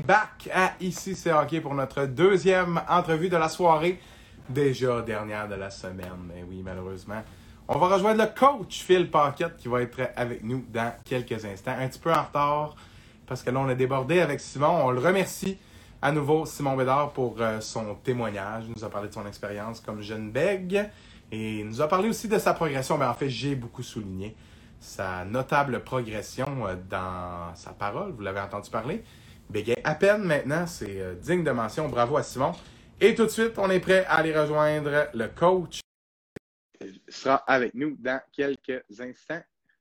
back à Ici c'est hockey pour notre deuxième entrevue de la soirée. Déjà dernière de la semaine, mais oui, malheureusement. On va rejoindre le coach Phil Paquette qui va être avec nous dans quelques instants. Un petit peu en retard parce que là, on a débordé avec Simon. On le remercie à nouveau, Simon Bédard, pour son témoignage. Il nous a parlé de son expérience comme jeune bègue et il nous a parlé aussi de sa progression. Mais en fait, j'ai beaucoup souligné sa notable progression dans sa parole. Vous l'avez entendu parler. Bégay à peine maintenant, c'est digne de mention. Bravo à Simon. Et tout de suite, on est prêt à aller rejoindre le coach. Il sera avec nous dans quelques instants.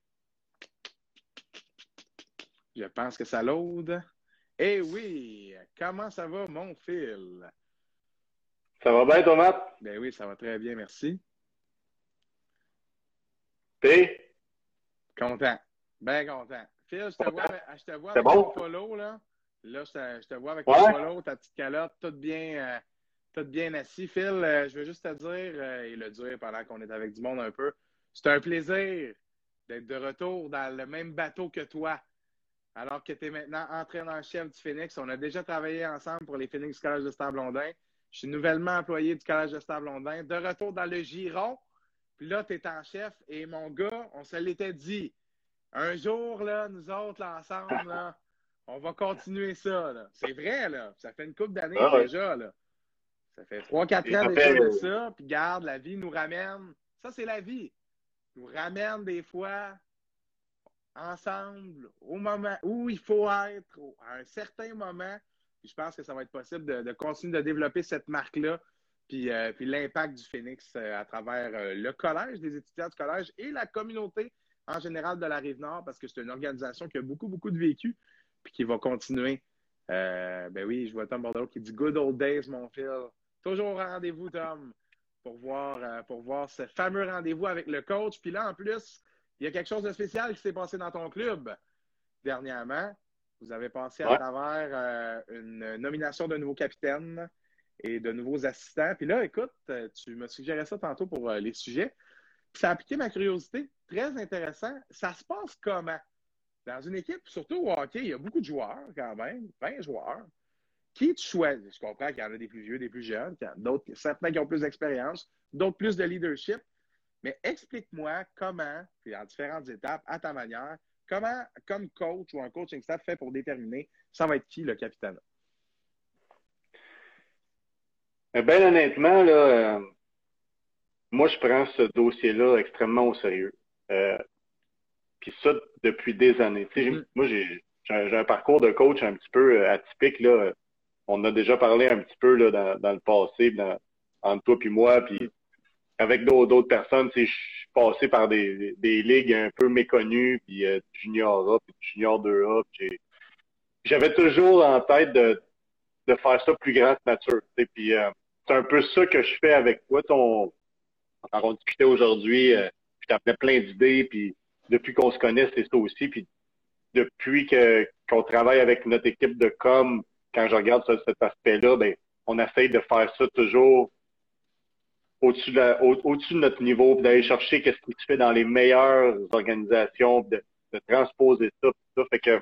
Je pense que ça load. Eh oui, comment ça va, mon Phil? Ça va bien, Thomas? Ben oui, ça va très bien, merci. T'es? Content. Bien content. Phil, je te vois C'est avec bon? ton polo, là. Là, je te vois avec Ouais? ton polo, ta petite calotte, tout bien assis. Phil, je veux juste te dire, et le dire pendant qu'on est avec du monde un peu, c'est un plaisir d'être de retour dans le même bateau que toi. Alors que tu es maintenant entraîneur-chef du Phoenix. On a déjà travaillé ensemble pour les Phoenix Collège de Stade-Blondin. Je suis nouvellement employé du Collège de Stade-Blondin. De retour dans le giron. Puis là, tu es en chef. Et mon gars, on se l'était dit. Un jour, là, nous autres, là, ensemble, là, on va continuer ça. Là. C'est vrai, là. Ça fait une couple d'années Ah, ouais. déjà. Là. Ça fait 3-4 ans Ça déjà fait- de ça. Puis garde, la vie nous ramène. Ça, c'est la vie. Nous ramène des fois ensemble au moment où il faut être, à un certain moment. Puis je pense que ça va être possible de continuer de développer cette marque-là. Puis l'impact du Phoenix à travers le collège, des étudiants du collège et la communauté en général de la Rive-Nord, parce que c'est une organisation qui a beaucoup, beaucoup de vécu, puis qui va continuer. Ben oui, je vois Tom Bordeaux qui dit « Good old days, mon Phil ». Toujours au rendez-vous, Tom, pour voir ce fameux rendez-vous avec le coach. Puis là, en plus, il y a quelque chose de spécial qui s'est passé dans ton club dernièrement. Vous avez passé à travers une nomination de nouveau capitaine et de nouveaux assistants. Puis là, écoute, tu me suggérais ça tantôt pour les sujets. Puis ça a piqué ma curiosité. Très intéressant. Ça se passe comment? Dans une équipe, surtout au hockey, il y a beaucoup de joueurs quand même, 20 joueurs. Qui tu choisis? Je comprends qu'il y en a des plus vieux, des plus jeunes, d'autres, certains qui ont plus d'expérience, d'autres plus de leadership. Mais explique-moi comment, puis en différentes étapes, à ta manière, comment, comme coach ou un coaching staff fait pour déterminer ça va être qui le capitaine? Ben honnêtement, là, moi, je prends ce dossier-là extrêmement au sérieux. Puis ça, depuis des années. Tu sais, moi, j'ai un parcours de coach un petit peu atypique, là. On a déjà parlé un petit peu là, dans le passé, entre toi puis moi, puis avec d'autres personnes. Tu sais, je suis passé par des ligues un peu méconnues, puis du junior A, puis du junior 2A. J'avais toujours en tête de faire ça plus grand que nature. Tu sais, puis c'est un peu ça que je fais avec toi. Quand on discutait aujourd'hui, je t'appelais plein d'idées, puis depuis qu'on se connaît, c'est ça aussi. Puis depuis qu'on travaille avec notre équipe de com, quand je regarde cet aspect-là, ben on essaye de faire ça toujours au-dessus de notre niveau, puis d'aller chercher qu'est-ce qui se fait dans les meilleures organisations, de transposer ça, tout ça. Fait que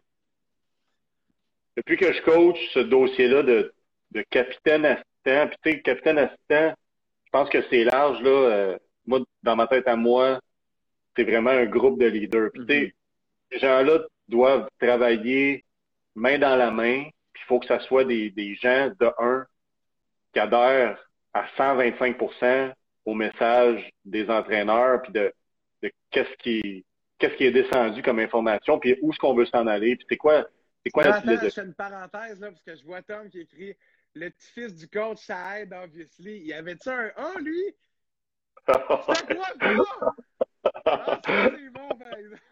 depuis que je coach ce dossier-là de capitaine assistant, puis tu sais, capitaine assistant, je pense que c'est large, là. Moi, dans ma tête à moi, c'est vraiment un groupe de leaders. Puis tu sais, ces gens-là doivent travailler main dans la main, puis il faut que ça soit des gens, de un, qui adhèrent à 125% au message des entraîneurs, puis de qu'est-ce qui est descendu comme information, puis où est-ce qu'on veut s'en aller, puis c'est quoi notre philosophie. Je fais une parenthèse là, parce que je vois Tom qui écrit « Le petit-fils du coach, ça aide, obviously ». Il y avait-tu un A, lui? C'était quoi ça? Ah, ça, c'est bon, par exemple.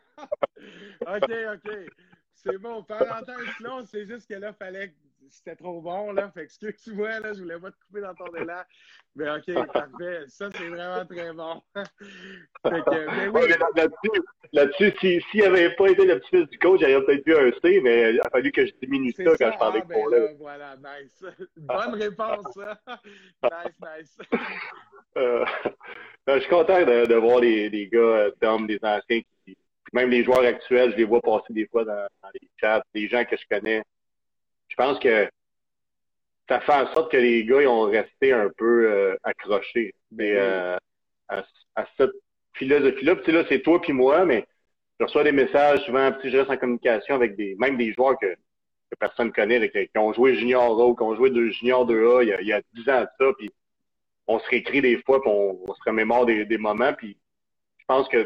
OK. C'est bon. Parenthèse long, c'est juste que là, c'était trop bon, là. Fait que ce que tu vois, là, je voulais pas te couper dans ton élan. Mais OK, parfait. Ça, c'est vraiment très bon. Fait que, mais oui. Là-dessus, s'il n'avait pas été le petit-fils du coach, j'aurais peut-être eu un C, mais il a fallu que je diminue ça quand je parlais de là. Voilà, nice. Bonne réponse, ça. Nice. Je suis content de voir les gars, Tom, des anciens, même les joueurs actuels, je les vois passer des fois dans les chats, des gens que je connais. Je pense que ça fait en sorte que les gars ils ont resté un peu accrochés à cette philosophie-là. Puis là, c'est toi puis moi, mais je reçois des messages souvent, puis je reste en communication avec même des joueurs que personne connaît, là, qui ont joué junior A ou qui ont joué junior 2A il y a 10 ans de ça, puis on se réécrit des fois, puis on se remémore des moments, puis je pense que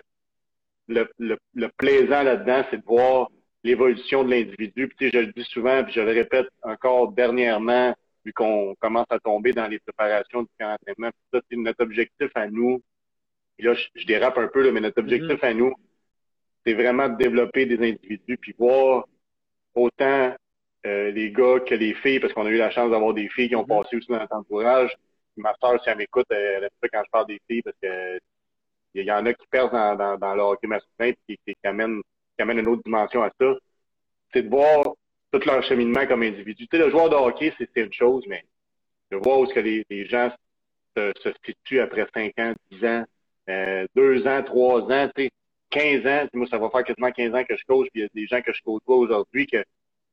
le plaisant là-dedans, c'est de voir l'évolution de l'individu. Puis, tu sais, je le dis souvent, puis je le répète encore dernièrement, vu qu'on commence à tomber dans les préparations du camp d'entraînement. Puis ça, c'est notre objectif à nous. Puis là, je dérape un peu, là, mais notre objectif à nous, c'est vraiment de développer des individus, puis voir autant les gars que les filles, parce qu'on a eu la chance d'avoir des filles qui ont passé aussi dans notre entourage. Puis ma soeur, si elle m'écoute, elle aime ça quand je parle des filles, parce que il y en a qui perdent dans le hockey masculin et qui amènent une autre dimension à ça. C'est de voir tout leur cheminement comme individu. Tu sais, le joueur de hockey, c'est une chose, mais de voir où est-ce que les gens se situent après 5 ans, 10 ans, 2 ans, 3 ans, tu sais, 15 ans. Moi, ça va faire quasiment 15 ans que je coach, puis il y a des gens que je côtoie aujourd'hui que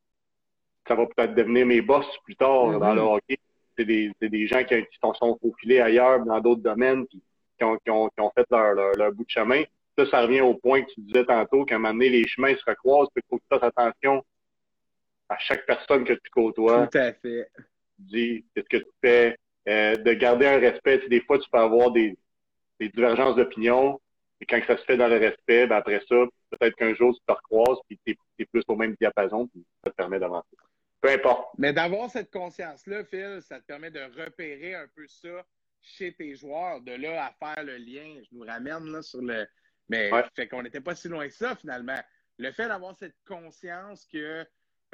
ça va peut-être devenir mes boss plus tard dans le hockey. C'est des gens qui sont faufilés ailleurs, dans d'autres domaines, qui ont fait leur bout de chemin. Ça revient au point que tu disais tantôt, qu'à un moment donné, les chemins se recroisent, puis il faut que tu fasses attention à chaque personne que tu côtoies. Tout à fait. Tu dis, qu'est-ce que tu fais, de garder un respect. Tu sais, des fois, tu peux avoir des divergences d'opinion, et quand ça se fait dans le respect, ben après ça, peut-être qu'un jour, tu te recroises, puis tu es plus au même diapason, puis ça te permet d'avancer. Peu importe. Mais d'avoir cette conscience-là, Phil, ça te permet de repérer un peu ça chez tes joueurs, de là à faire le lien. Je nous ramène là sur le. Mais fait qu'on n'était pas si loin que ça, finalement. Le fait d'avoir cette conscience que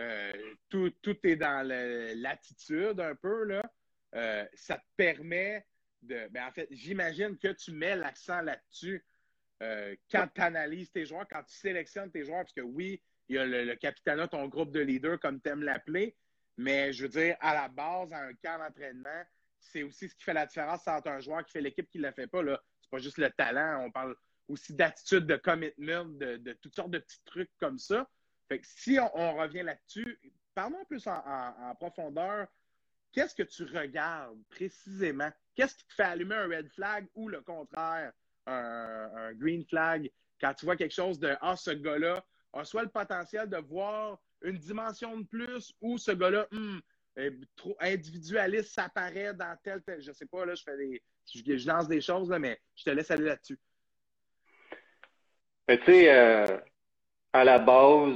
tout est dans l'attitude un peu, là, ça te permet de. Ben, en fait, j'imagine que tu mets l'accent là-dessus quand tu analyses tes joueurs, quand tu sélectionnes tes joueurs, parce que oui, il y a le capitana, ton groupe de leaders, comme tu aimes l'appeler, mais je veux dire, à la base, à un camp d'entraînement, c'est aussi ce qui fait la différence entre un joueur qui fait l'équipe qui ne le fait pas. C'est pas juste le talent, on parle aussi d'attitude, de commitment, de toutes sortes de petits trucs comme ça. Fait que si on revient là-dessus, parlons un peu en profondeur. Qu'est-ce que tu regardes précisément? Qu'est-ce qui te fait allumer un red flag ou le contraire, un green flag, quand tu vois quelque chose de « Ah, ce gars-là a soit le potentiel de voir une dimension de plus ou ce gars-là, trop individualiste, ça paraît dans tel, je sais pas, là, je lance des choses, là, mais je te laisse aller là-dessus. Tu sais, à la base,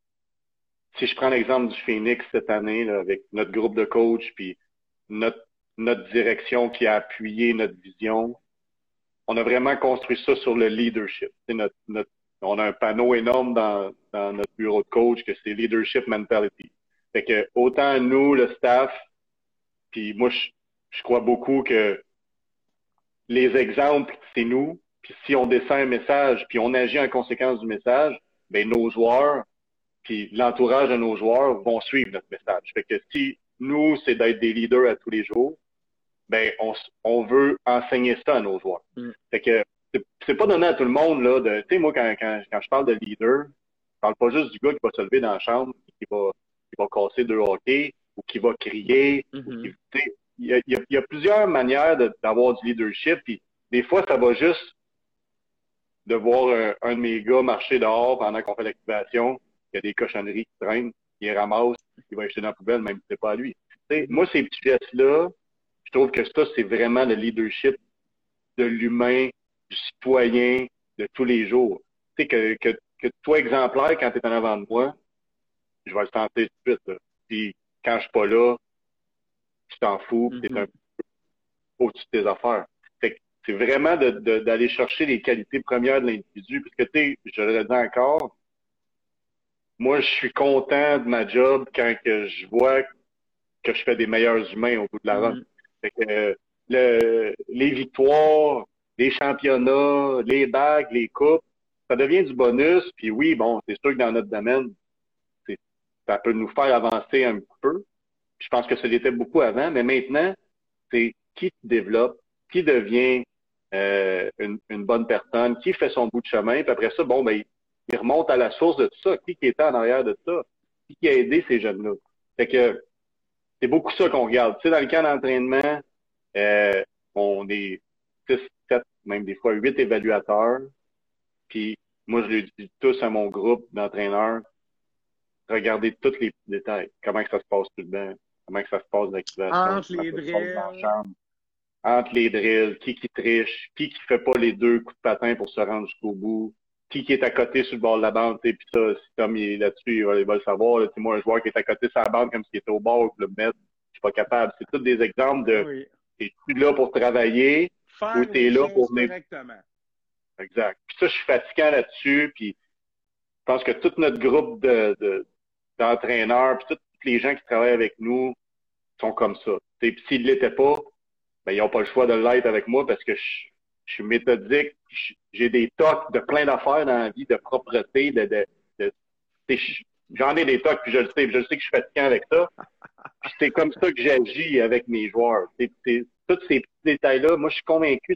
si je prends l'exemple du Phoenix cette année, là, avec notre groupe de coach, puis notre direction qui a appuyé notre vision, on a vraiment construit ça sur le leadership. On a un panneau énorme dans notre bureau de coach que c'est leadership mentality. Fait que autant nous, le staff, puis moi, je crois beaucoup que les exemples, c'est nous. Puis si on descend un message, puis on agit en conséquence du message, ben nos joueurs, puis l'entourage de nos joueurs vont suivre notre message. Fait que si nous, c'est d'être des leaders à tous les jours, ben on veut enseigner ça à nos joueurs. Fait que c'est pas donné à tout le monde là. Tu sais, moi quand je parle de leader, je parle pas juste du gars qui va se lever dans la chambre, qui va casser 2 hockey ou qui va crier. Il y a plusieurs manières d'avoir du leadership. Puis des fois, ça va juste de voir un de mes gars marcher dehors pendant qu'on fait l'activation. Il y a des cochonneries qui traînent, il les ramasse, il va jeter dans la poubelle, même si c'est pas à lui. T'sais, moi, ces petits gestes-là, je trouve que ça, c'est vraiment le leadership de l'humain, du citoyen, de tous les jours. Tu sais, que toi, exemplaire, quand tu es en avant de moi, je vais le sentir tout de suite. Là. Puis quand je suis pas là, tu t'en fous, tu es un peu au-dessus de tes affaires. Fait que c'est vraiment d'aller chercher les qualités premières de l'individu. Parce que, tu sais, je le dis encore, moi, je suis content de ma job quand que je vois que je fais des meilleurs humains au bout de la run. Fait que, les victoires, les championnats, les bagues, les coupes, ça devient du bonus. Puis oui, bon, c'est sûr que dans notre domaine, ça peut nous faire avancer un petit peu. Puis je pense que ça l'était beaucoup avant, mais maintenant, c'est qui se développe, qui devient une bonne personne, qui fait son bout de chemin. Puis après ça, bon, ben, il remonte à la source de tout ça. Qui était en arrière de ça? Qui a aidé ces jeunes-là? Fait que c'est beaucoup ça qu'on regarde. Tu sais, dans le camp d'entraînement, euh, on est 6, 7, même des fois 8 évaluateurs. Puis moi, je le dis tous à mon groupe d'entraîneurs, regardez tous les petits détails. Comment que ça se passe tout le temps, comment que ça se passe l'activation, Entre comment les ça se passe dans la drills. chambre, entre les drills, qui triche, qui fait pas les 2 coups de patin pour se rendre jusqu'au bout, qui est à côté sur le bord de la bande, puis ça, si Tom il est là-dessus, il va le savoir. Là, moi, un joueur qui est à côté sur la bande comme s'il était au bord, je le mettre, je suis pas capable. C'est tous des exemples Ah de oui. t'es-tu là pour travailler ou Faire t'es les là pour choses venir. correctement. Exact. Puis ça, je suis fatiguant là-dessus, puis je pense que tout notre groupe d'entraîneurs, puis tous les gens qui travaillent avec nous sont comme ça. Puis s'ils l'étaient pas, ben, ils n'ont pas le choix de l'être avec moi parce que je suis méthodique, j'ai des tocs de plein d'affaires dans la vie, de propreté, de j'en ai des tocs, puis je le sais que je suis fatiguant avec ça. Puis c'est comme ça que j'agis avec mes joueurs. Tous ces petits détails-là, moi, je suis convaincu,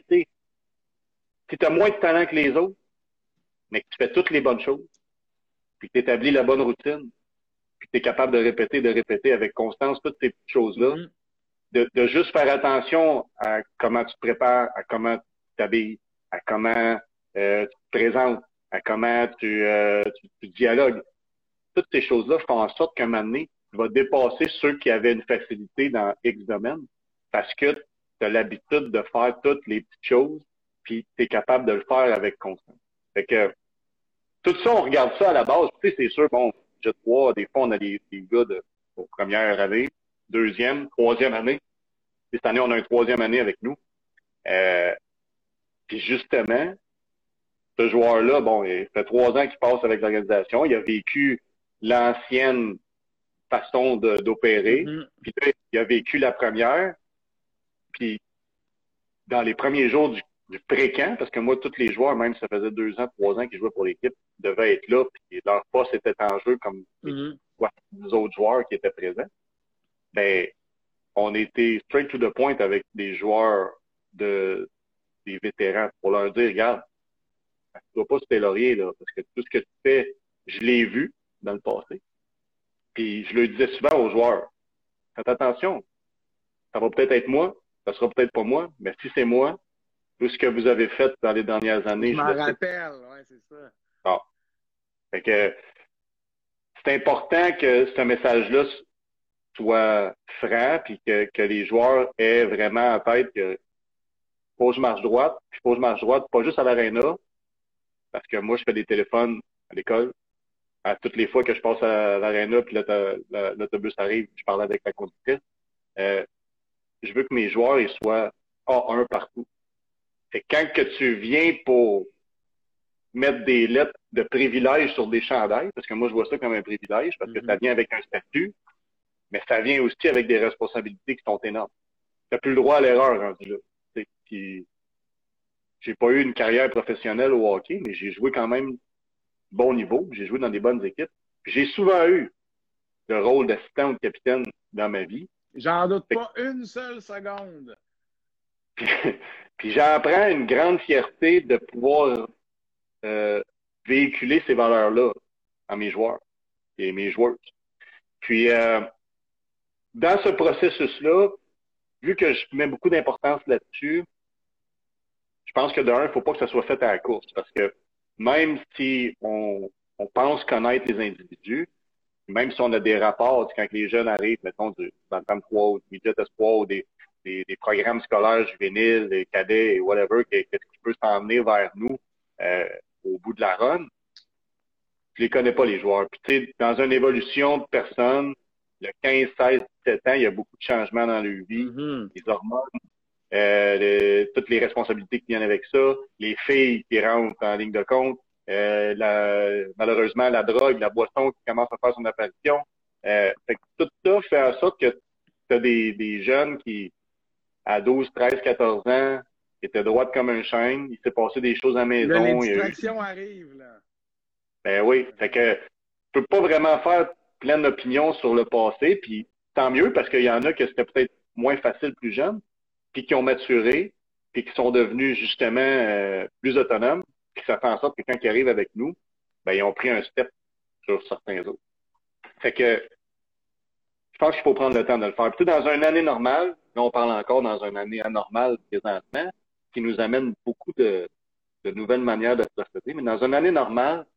tu as moins de talent que les autres, mais que tu fais toutes les bonnes choses, puis que tu établis la bonne routine, puis que tu es capable de répéter avec constance toutes ces petites choses-là, Mhm. de juste faire attention à comment tu te prépares, à comment tu t'habilles, à comment tu te présentes, à comment tu dialogues. Toutes ces choses-là font en sorte qu'à un moment donné, tu vas dépasser ceux qui avaient une facilité dans X domaine parce que tu as l'habitude de faire toutes les petites choses, puis tu es capable de le faire avec constance. Fait que tout ça, on regarde ça à la base. Tu sais, c'est sûr, bon, je te vois, des fois, on a des gars aux premières années, deuxième, troisième année. Cette année, on a une troisième année avec nous. Euh, Puis justement, ce joueur-là, bon, il fait 3 ans qu'il passe avec l'organisation. Il a vécu l'ancienne façon d'opérer. Mhm. Puis là, il a vécu la première. Puis dans les premiers jours du pré-camp, parce que moi, tous les joueurs, même si ça faisait 2 ans, 3 ans qu'ils jouaient pour l'équipe, devaient être là. Puis leur poste était en jeu comme Mhm. les autres joueurs qui étaient présents. Ben, on était straight to the point avec des joueurs des vétérans pour leur dire, regarde, tu ne dois pas se laurier, là, parce que tout ce que tu fais, je l'ai vu dans le passé. Puis je le disais souvent aux joueurs, faites attention, ça va peut-être être moi, ça sera peut-être pas moi, mais si c'est moi, tout ce que vous avez fait dans les dernières Je années, je m'en le sais. rappelle, ouais, c'est ça. Bon. Fait que c'est important que ce message-là soit franc, puis que les joueurs aient vraiment en tête que faut que je marche droite, puis faut que je marche droite, pas juste à l'aréna, parce que moi, je fais des téléphones à l'école. À toutes les fois que je passe à l'aréna, puis l'autobus arrive, je parle avec la conductrice. Euh, je veux que mes joueurs ils soient A1 partout. C'est quand que tu viens pour mettre des lettres de privilège sur des chandails, parce que moi je vois ça comme un privilège, parce que ça Mhm. vient avec un statut, mais ça vient aussi avec des responsabilités qui sont énormes. Tu n'as plus le droit à l'erreur rendu là. Puis, j'ai pas eu une carrière professionnelle au hockey, mais j'ai joué quand même bon niveau, j'ai joué dans des bonnes équipes. J'ai souvent eu le rôle d'assistant ou de capitaine dans ma vie. J'en doute pas une seule seconde. Puis, puis j'en prends une grande fierté de pouvoir euh, véhiculer ces valeurs-là à mes joueurs et mes joueuses. Puis dans ce processus-là, vu que je mets beaucoup d'importance là-dessus, je pense que d'un, il ne faut pas que ça soit fait à la course. Parce que même si on pense connaître les individus, même si on a des rapports, quand les jeunes arrivent, mettons, dans le 33 ou du midget espoir ou des programmes scolaires juvéniles, des cadets, whatever, qu'est-ce qui peut s'emmener vers nous euh, au bout de la run, je les connais pas, les joueurs. Puis, tu sais, dans une évolution de personnes, le 15, 16, 17 ans, il y a beaucoup de changements dans leur vie, Mhm. les hormones, toutes les responsabilités qui viennent avec ça, les filles qui rentrent en ligne de compte, malheureusement, la drogue, la boisson qui commence à faire son apparition. Fait que tout ça fait en sorte que tu as des jeunes qui, à 12, 13, 14 ans, qui étaient droites comme un chêne. Il s'est passé des choses à la Là, les maison. Il y a eu... distractions arrivent, là. Ben oui. Fait que tu peux pas vraiment faire plein d'opinions sur le passé. Puis tant mieux parce qu'il y en a que c'était peut-être moins facile plus jeune, puis qui ont maturé, puis qui sont devenus justement plus autonomes. Puis ça fait en sorte que quand ils arrivent avec nous, ben ils ont pris un step sur certains autres. Fait que je pense qu'il faut prendre le temps de le faire. Puis, tu sais, dans une année normale, là, on parle encore dans une année anormale présentement, qui nous amène beaucoup de nouvelles manières de procéder. Mais dans une année normale,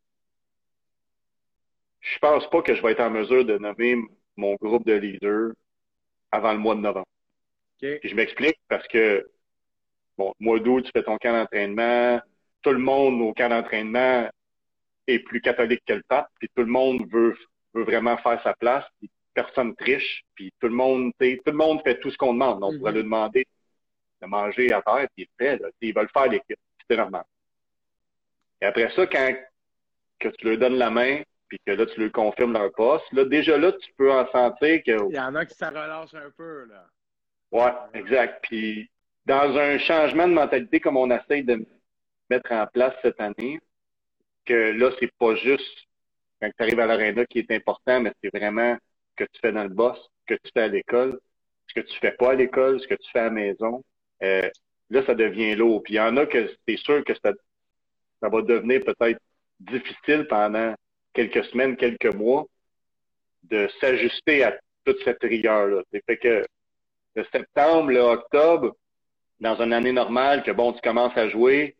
je pense pas que je vais être en mesure de nommer mon groupe de leaders avant le mois de novembre. OK. Puis je m'explique parce que, bon, mois d'août, tu fais ton camp d'entraînement. Tout le monde au camp d'entraînement est plus catholique que le pape. Puis tout le monde veut vraiment faire sa place. Puis personne triche. Puis tout le monde, tu sais, tout le monde fait tout ce qu'on demande. Donc, on pourrait lui demander de manger à terre, puis il le fait, là. Ils veulent faire l'équipe. C'est normal. Et après ça, quand que tu leur donnes la main, puis que là, tu leur confirmes leur poste, là, déjà là, tu peux en sentir que... Il y en a qui ça relâche un peu, là. Ouais, exact. Puis, dans un changement de mentalité comme on essaye de mettre en place cette année, que là, c'est pas juste quand tu arrives à l'aréna qui est important, mais c'est vraiment ce que tu fais dans le boss, ce que tu fais à l'école, ce que tu fais pas à l'école, ce que tu fais à la maison. Là, ça devient lourd. Puis il y en a que c'est sûr que ça va devenir peut-être difficile pendant quelques semaines, quelques mois, de s'ajuster à toute cette rigueur-là. C'est fait que de septembre, là, octobre, dans une année normale, que bon, tu commences à jouer,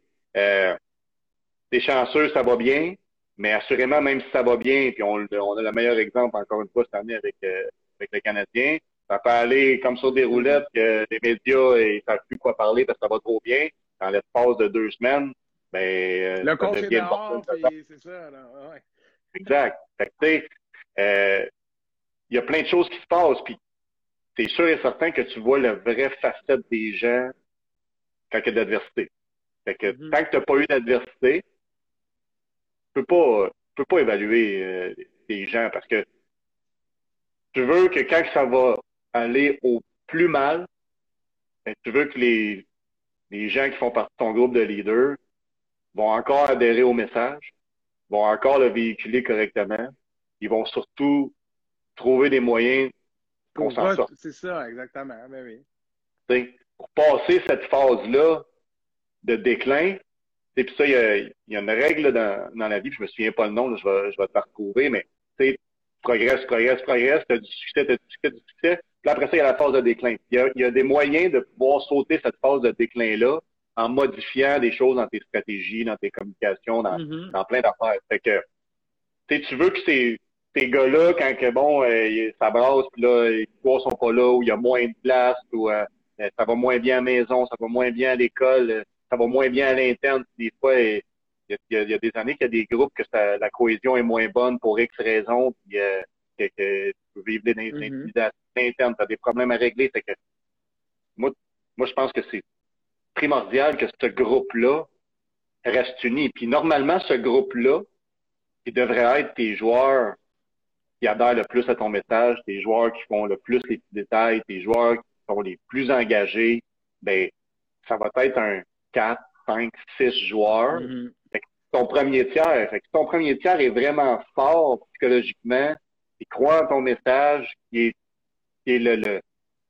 t'es chanceux, ça va bien, mais assurément, même si ça va bien, puis on a le meilleur exemple, encore une fois, cette année avec le Canadien, ça peut aller comme sur des roulettes, que les médias, ils savent plus quoi parler parce que ça va trop bien. Dans l'espace de 2 semaines, ben, Le ça coach est devient le dehors, bordel. puis c'est ça, là. Ouais. Exact. Fait que, tu sais, il y a plein de choses qui se passent, puis c'est sûr et certain que tu vois le vrai facette des gens quand il y a de l'adversité. Fait que tant que tu n'as pas eu d'adversité, tu peux pas évaluer les gens parce que tu veux que quand ça va aller au plus mal, ben, tu veux que les gens qui font partie de ton groupe de leaders vont encore adhérer au message, vont encore le véhiculer correctement. Ils vont surtout trouver des moyens qu'on s'en sorte. C'est ça, exactement. Ben oui. T'sais, pour passer cette phase-là de déclin, et puis ça, il y a une règle dans la vie, puis je me souviens pas le nom, là, je vais te la retrouver, mais tu sais, progresse, tu as du succès, du succès. Puis après ça, il y a la phase de déclin. Il y a des moyens de pouvoir sauter cette phase de déclin-là en modifiant des choses dans tes stratégies, dans tes communications, dans plein d'affaires. Fait que tu veux que ces gars-là, quand que bon, ça brasse, puis là, les joueurs sont pas là, ou il y a moins de place, ou ça va moins bien à la maison, ça va moins bien à l'école, ça va moins bien à l'interne. Des fois, il y a des années qu'il y a des groupes que la cohésion est moins bonne pour X raisons, puis que tu peux vivre des intimidations internes, tu as des problèmes à régler. Fait que moi, je pense que c'est primordial que ce groupe-là reste uni. Puis normalement, ce groupe-là, qui devrait être tes joueurs qui adhèrent le plus à ton message, tes joueurs qui font le plus les petits détails, tes joueurs qui sont les plus engagés, ben, ça va être un 4, 5, 6 joueurs. Fait que ton premier tiers. Fait que ton premier tiers est vraiment fort psychologiquement, il croit en ton message, qui est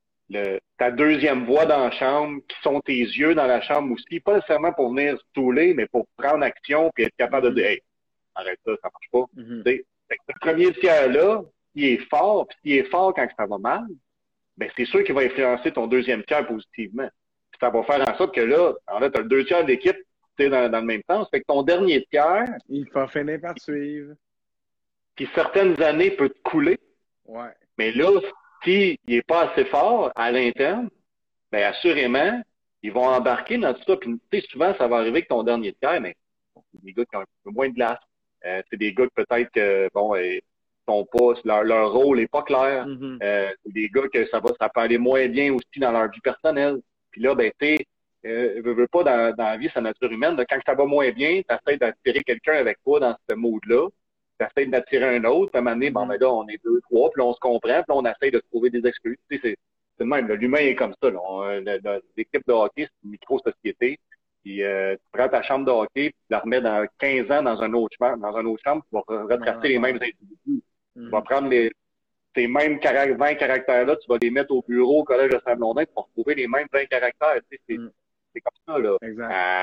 ta deuxième voix dans la chambre, qui sont tes yeux dans la chambre aussi, pas nécessairement pour venir saouler, mais pour prendre action puis être capable de dire, hey, arrête ça, ça marche pas. Fait que le premier tiers-là, il est fort, puis s'il est fort quand ça va mal, ben c'est sûr qu'il va influencer ton deuxième tiers positivement. Puis ça va faire en sorte que là, en fait, tu as le deux tiers de l'équipe dans le même sens. Fait que ton dernier tiers, il va finir par te suivre. Puis certaines années peut te couler. Ouais. Mais là, s'il n'est pas assez fort à l'interne, ben assurément, ils vont embarquer dans tout ça. Puis tu sais, souvent, ça va arriver avec ton dernier tiers, mais c'est des gars qui ont un peu moins de glace. C'est des gars que peut-être que bon, sont pas, leur rôle n'est pas clair. C'est des gars que ça peut aller moins bien aussi dans leur vie personnelle. Puis là, ben, tu sais, veux pas dans la vie, c'est la nature humaine. Là, quand ça va moins bien, tu essaies d'attirer quelqu'un avec toi dans ce mood-là. Tu essaies d'attirer un autre. Puis à un moment donné, bon, ben là, on est deux, trois, puis là, on se comprend, puis là, on essaie de trouver des excuses. Tu sais, c'est le même. L'humain est comme ça. L'équipe de hockey, c'est une micro-société. Puis tu prends ta chambre de hockey, puis tu la remets dans 15 ans dans une autre chambre, tu vas retracer les mêmes individus. Tu vas prendre ces mêmes 20 caractères-là, tu vas les mettre au bureau au Collège de Saint-Blondin, tu vas retrouver les mêmes 20 caractères. Tu sais, c'est comme ça, là, à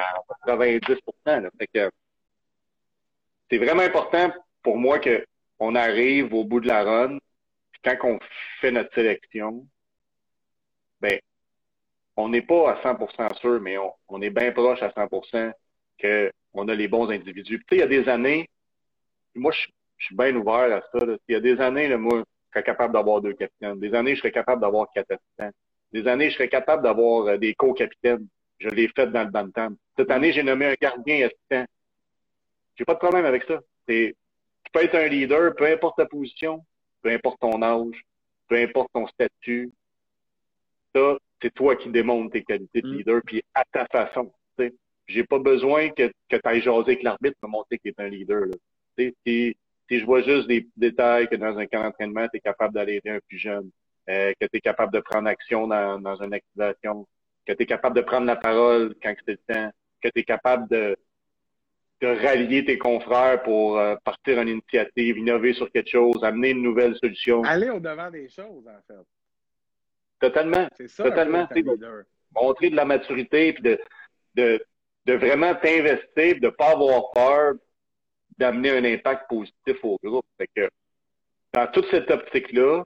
90%. Là. Fait que c'est vraiment important pour moi qu'on arrive au bout de la run, puis quand on fait notre sélection, ben, on n'est pas à 100% sûr, mais on est bien proche à 100% qu'on a les bons individus. Puis, tu sais, il y a des années, moi, je suis bien ouvert à ça, là. Il y a des années, là, moi, je serais capable d'avoir 2 capitaines. Des années, je serais capable d'avoir 4 assistants. Des années, je serais capable d'avoir des co-capitaines. Je l'ai fait dans le bantam. Cette année, j'ai nommé un gardien assistant. J'ai pas de problème avec ça. Tu peux être un leader, peu importe ta position, peu importe ton âge, peu importe ton statut. Ça, c'est toi qui démontres tes qualités de leader, puis à ta façon. Tu sais. J'ai pas besoin que tu ailles jaser avec l'arbitre pour montrer qu'il est un leader. Là. Tu sais, si je vois juste des détails que dans un camp d'entraînement, tu es capable d'aller aider un plus jeune, que tu es capable de prendre action dans une activation, que tu es capable de prendre la parole quand c'est le temps, que tu es capable de rallier tes confrères pour partir en initiative, innover sur quelque chose, amener une nouvelle solution. Aller au-devant des choses, en fait. Totalement. C'est ça, Totalement. Montrer de la maturité, puis de vraiment t'investir, de pas avoir peur d'amener un impact positif au groupe. Fait que, dans toute cette optique-là,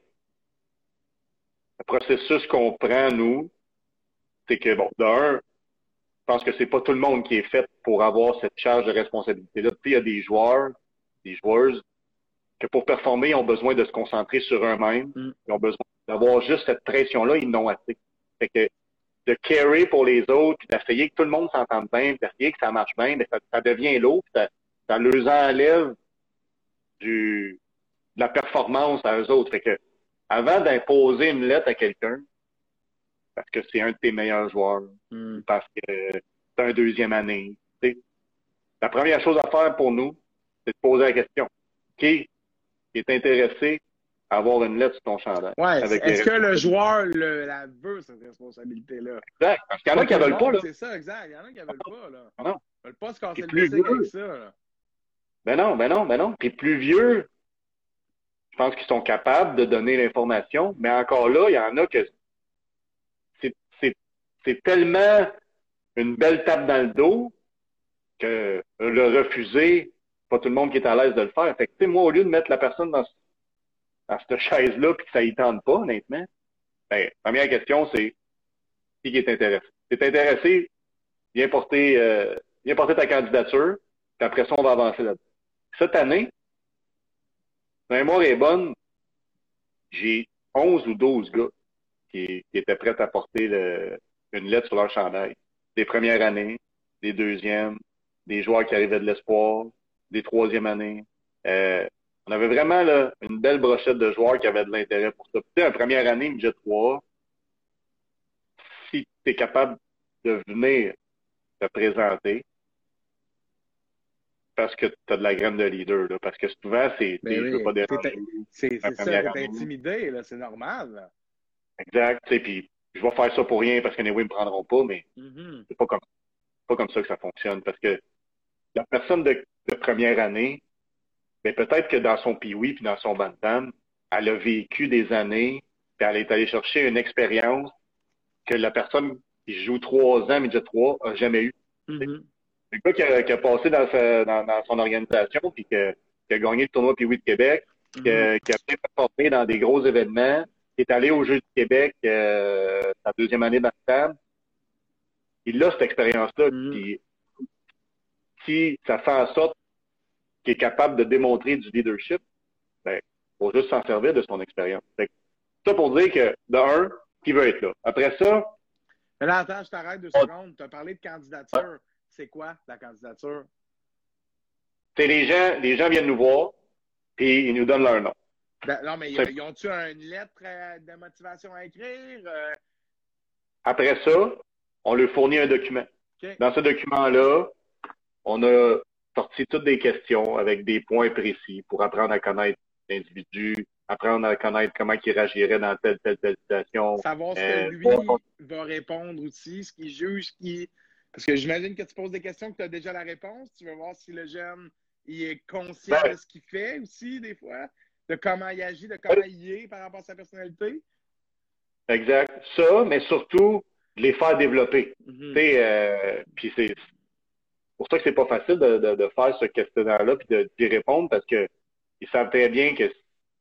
le processus qu'on prend, nous, c'est que, bon, d'un, je pense que c'est pas tout le monde qui est fait pour avoir cette charge de responsabilité-là. Puis, il y a des joueuses, que pour performer, ils ont besoin de se concentrer sur eux-mêmes. Ils ont besoin d'avoir juste cette pression-là, ils n'ont assez. Fait que, de carry pour les autres, puis d'essayer que tout le monde s'entende bien, puis d'essayer que ça marche bien, mais ça devient lourd, puis ça leur enlève de la performance à eux autres. Fait que, avant d'imposer une lettre à quelqu'un, parce que c'est un de tes meilleurs joueurs, parce que c'est un deuxième année, tu sais, la première chose à faire pour nous, c'est de poser la question. Qui est intéressé à avoir une lettre sur ton chandail? Ouais, est-ce que le joueur la veut, cette responsabilité-là? Exact. Parce qu'il y en a qui ne veulent pas, là. C'est ça, exact. Il y en a qui ne veulent pas, là. Non. Ils veulent pas se casser le bicycle avec ça, là. Ben non. Puis plus vieux, je pense qu'ils sont capables de donner l'information, mais encore là, il y en a que c'est tellement une belle tape dans le dos que le refuser, pas tout le monde qui est à l'aise de le faire. Fait que, tu sais, moi, au lieu de mettre la personne dans cette chaise-là puis que ça y tente pas, honnêtement, ben, première question, c'est qui est intéressé. Si t'es intéressé, viens porter ta candidature, puis après ça, on va avancer là-dedans. Cette année, ma mémoire est bonne, j'ai 11 ou 12 gars qui étaient prêts à porter une lettre sur leur chandail. Des premières années, des deuxièmes, des joueurs qui arrivaient de l'espoir, des troisième années. On avait vraiment là, une belle brochette de joueurs qui avaient de l'intérêt pour ça. Tu sais, en première année, midget 3, si tu es capable de venir te présenter, parce que tu as de la graine de leader, là, parce que souvent, je veux pas déranger. C'est ça, t'es intimidé, là, c'est normal. Là. Exact, tu sais, puis je vais faire ça pour rien parce que les ne me prendront pas, mais c'est pas comme ça que ça fonctionne, parce que la personne de première année, mais peut-être que dans son pee-wee puis dans son bantam, elle a vécu des années, puis elle est allée chercher une expérience que la personne qui joue 3 ans, midget 3, a jamais eu. Le gars qui a passé dans son organisation, puis qui a gagné le tournoi Pee-wee de Québec, qui a bien performé dans des gros événements, qui est allé aux Jeux du Québec sa deuxième année bantam. Il a cette expérience-là, puis si ça fait en sorte qu'il est capable de démontrer du leadership, ben, faut juste s'en servir de son expérience. Ça pour dire que, de un, qui veut être là. Après ça... Mais là, attends, je t'arrête 2 secondes. Tu as parlé de candidature. C'est quoi, la candidature? C'est les gens viennent nous voir, puis ils nous donnent leur nom. Ben, non, mais ils ont-tu une lettre de motivation à écrire? Après ça, on leur fournit un document. Okay. Dans ce document-là, on a sorti toutes des questions avec des points précis pour apprendre à connaître l'individu, apprendre à connaître comment il réagirait dans telle situation. Savoir ce que lui va répondre aussi, ce qu'il juge, Parce que j'imagine que tu poses des questions que tu as déjà la réponse. Tu veux voir si le jeune il est conscient de ce qu'il fait aussi, des fois, de comment il agit, de comment il est par rapport à sa personnalité. Exact. Ça, mais surtout, de les faire développer. Puis c'est pour ça que c'est pas facile de faire ce questionnaire-là puis d'y répondre parce que ils savent très bien que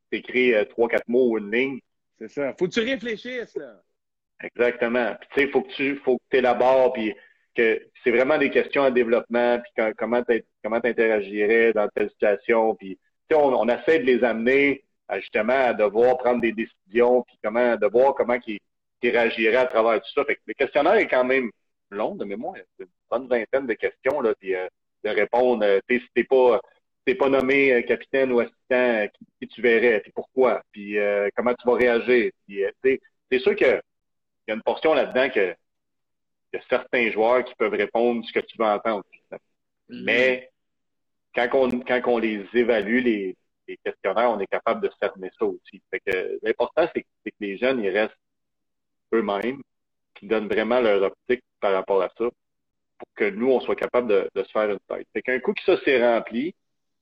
t'écris 3-4 mots ou une ligne. C'est ça. Faut que tu réfléchisses, là. Exactement. Puis tu sais, faut que tu élabores, puis que c'est vraiment des questions à développement, puis comment t'interagirais dans telle situation, puis tu sais, on essaie de les amener justement à devoir prendre des décisions, puis de voir comment qu'ils réagiraient à travers tout ça. Fait que le questionnaire est quand même long de mémoire. C'est une bonne vingtaine de questions là, puis de répondre. Si t'es pas nommé capitaine ou assistant, qui tu verrais, puis pourquoi, puis comment tu vas réagir. Puis tu sais, c'est sûr que il y a une portion là-dedans que il y a certains joueurs qui peuvent répondre ce que tu veux entendre. Mais quand on les évalue, les questionnaires, on est capable de cerner ça aussi. Fait que l'important, c'est que les jeunes, ils restent eux-mêmes, qui donnent vraiment leur optique par rapport à ça, pour que nous, on soit capable de se faire une tête. Fait qu'un coup que ça s'est rempli,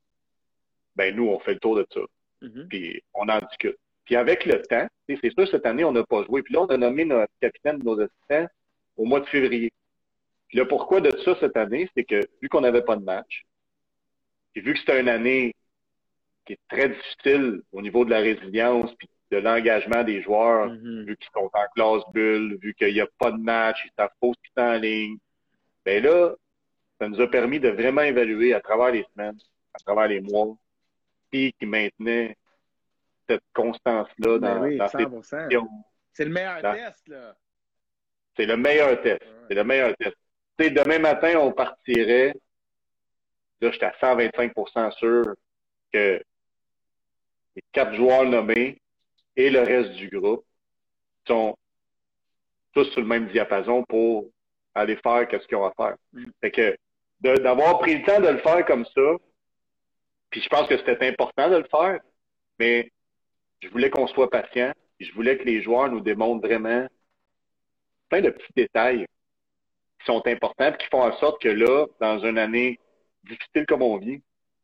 ben nous, on fait le tour de ça. Puis on en discute. Puis avec le temps, c'est sûr, cette année, on n'a pas joué. Puis là, on a nommé notre capitaine de nos assistants au mois de février. Puis le pourquoi de ça cette année, c'est que vu qu'on n'avait pas de match, et vu que c'était une année qui est très difficile au niveau de la résilience puis de l'engagement des joueurs, vu qu'ils sont en classe bulle, vu qu'il n'y a pas de match, ils savent pas ce qui est en ligne, ben là, ça nous a permis de vraiment évaluer à travers les semaines, à travers les mois, qui maintenait cette constance-là Ben oui, dans ses 100%. décisions. C'est le meilleur test, là. C'est le meilleur test. Ouais. C'est le meilleur test. Tu sais, demain matin, on partirait. Là, j'étais à 125% sûr que les 4 joueurs nommés et le reste du groupe sont tous sur le même diapason pour aller faire ce qu'ils ont à faire. Fait que d'avoir pris le temps de le faire comme ça, puis je pense que c'était important de le faire, mais je voulais qu'on soit patient, puis je voulais que les joueurs nous démontrent vraiment plein de petits détails qui sont importants, puis qui font en sorte que là, dans une année difficile comme on vit,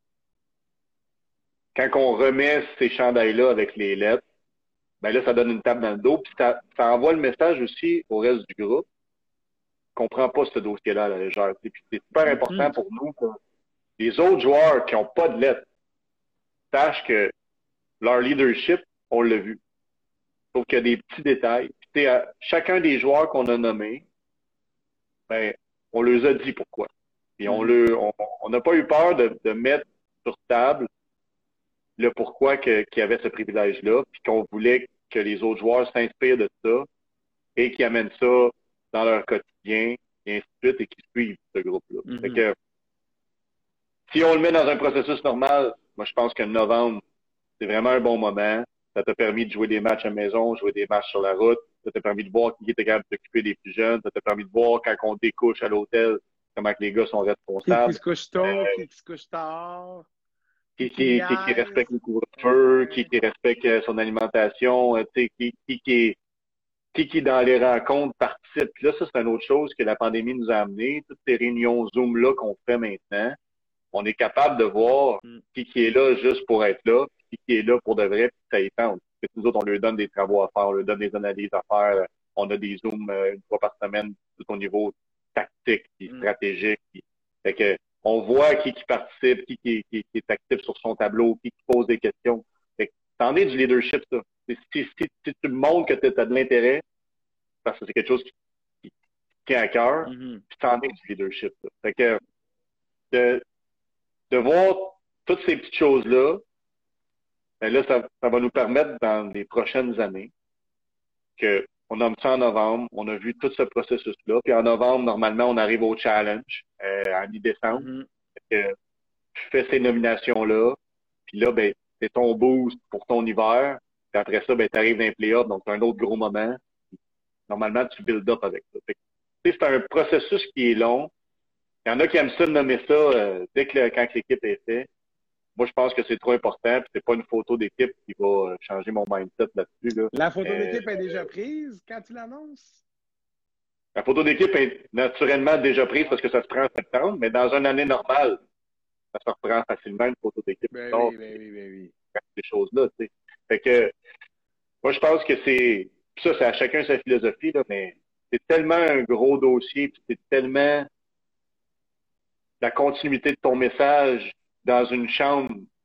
quand on remet ces chandails-là avec les lettres, ben là, ça donne une tape dans le dos, puis ça envoie le message aussi au reste du groupe qu'on prend pas ce dossier-là à la légère. Puis c'est super important pour nous que les autres joueurs qui n'ont pas de lettres sachent que leur leadership, on l'a vu. Sauf qu'il y a des petits détails. Puis, chacun des joueurs qu'on a nommés, ben, on leur a dit pourquoi. Puis on n'a pas eu peur de mettre sur table le pourquoi qu'il y avait ce privilège-là, puis qu'on voulait que les autres joueurs s'inspirent de ça et qu'ils amènent ça dans leur quotidien, et ainsi de suite, et qu'ils suivent ce groupe-là. Fait que, si on le met dans un processus normal, moi, je pense que novembre, c'est vraiment un bon moment. Ça t'a permis de jouer des matchs à la maison, jouer des matchs sur la route. Ça t'a permis de voir qui était capable de s'occuper des plus jeunes. Ça t'a permis de voir quand on découche à l'hôtel, comment que les gars sont responsables. Qui se couche tôt, qui se couche tard. Qui respecte le couvre-feu, qui respecte son alimentation, qui dans les rencontres participe. Puis là, ça, c'est une autre chose que la pandémie nous a amené. Toutes ces réunions Zoom-là qu'on fait maintenant, on est capable de voir qui est là juste pour être là, qui est là pour de vrai, puis ça y tente. Nous autres, on leur donne des travaux à faire, on leur donne des analyses à faire. On a des Zooms une fois par semaine, tout au niveau tactique, puis stratégique. Fait que on voit qui participe, qui est actif sur son tableau, qui pose des questions. Fait que t'en es du leadership, ça. Si tu me montres que tu as de l'intérêt, parce que c'est quelque chose qui tient à cœur, puis t'en es du leadership, ça. Fait que de voir toutes ces petites choses-là, ben là, ça va nous permettre dans les prochaines années que on nomme ça en novembre, on a vu tout ce processus-là, puis en novembre, normalement, on arrive au challenge en mi-décembre. Tu fais ces nominations-là, puis là, ben, c'est ton boost pour ton hiver, puis après ça, ben, tu arrives dans les playoffs, donc c'est un autre gros moment. Normalement, tu build up avec ça. C'est un processus qui est long. Il y en a qui aiment ça de nommer ça quand l'équipe est faite. Moi, je pense que c'est trop important, puis c'est pas une photo d'équipe qui va changer mon mindset là-dessus. Là. La photo d'équipe est déjà prise quand tu l'annonces? La photo d'équipe est naturellement déjà prise parce que ça se prend en septembre, mais dans une année normale, ça se reprend facilement une photo d'équipe. Ben oui. Ces choses-là, tu sais. Fait que, moi, je pense que c'est à chacun sa philosophie, là, mais c'est tellement un gros dossier, puis c'est tellement la continuité de ton message dans une chambre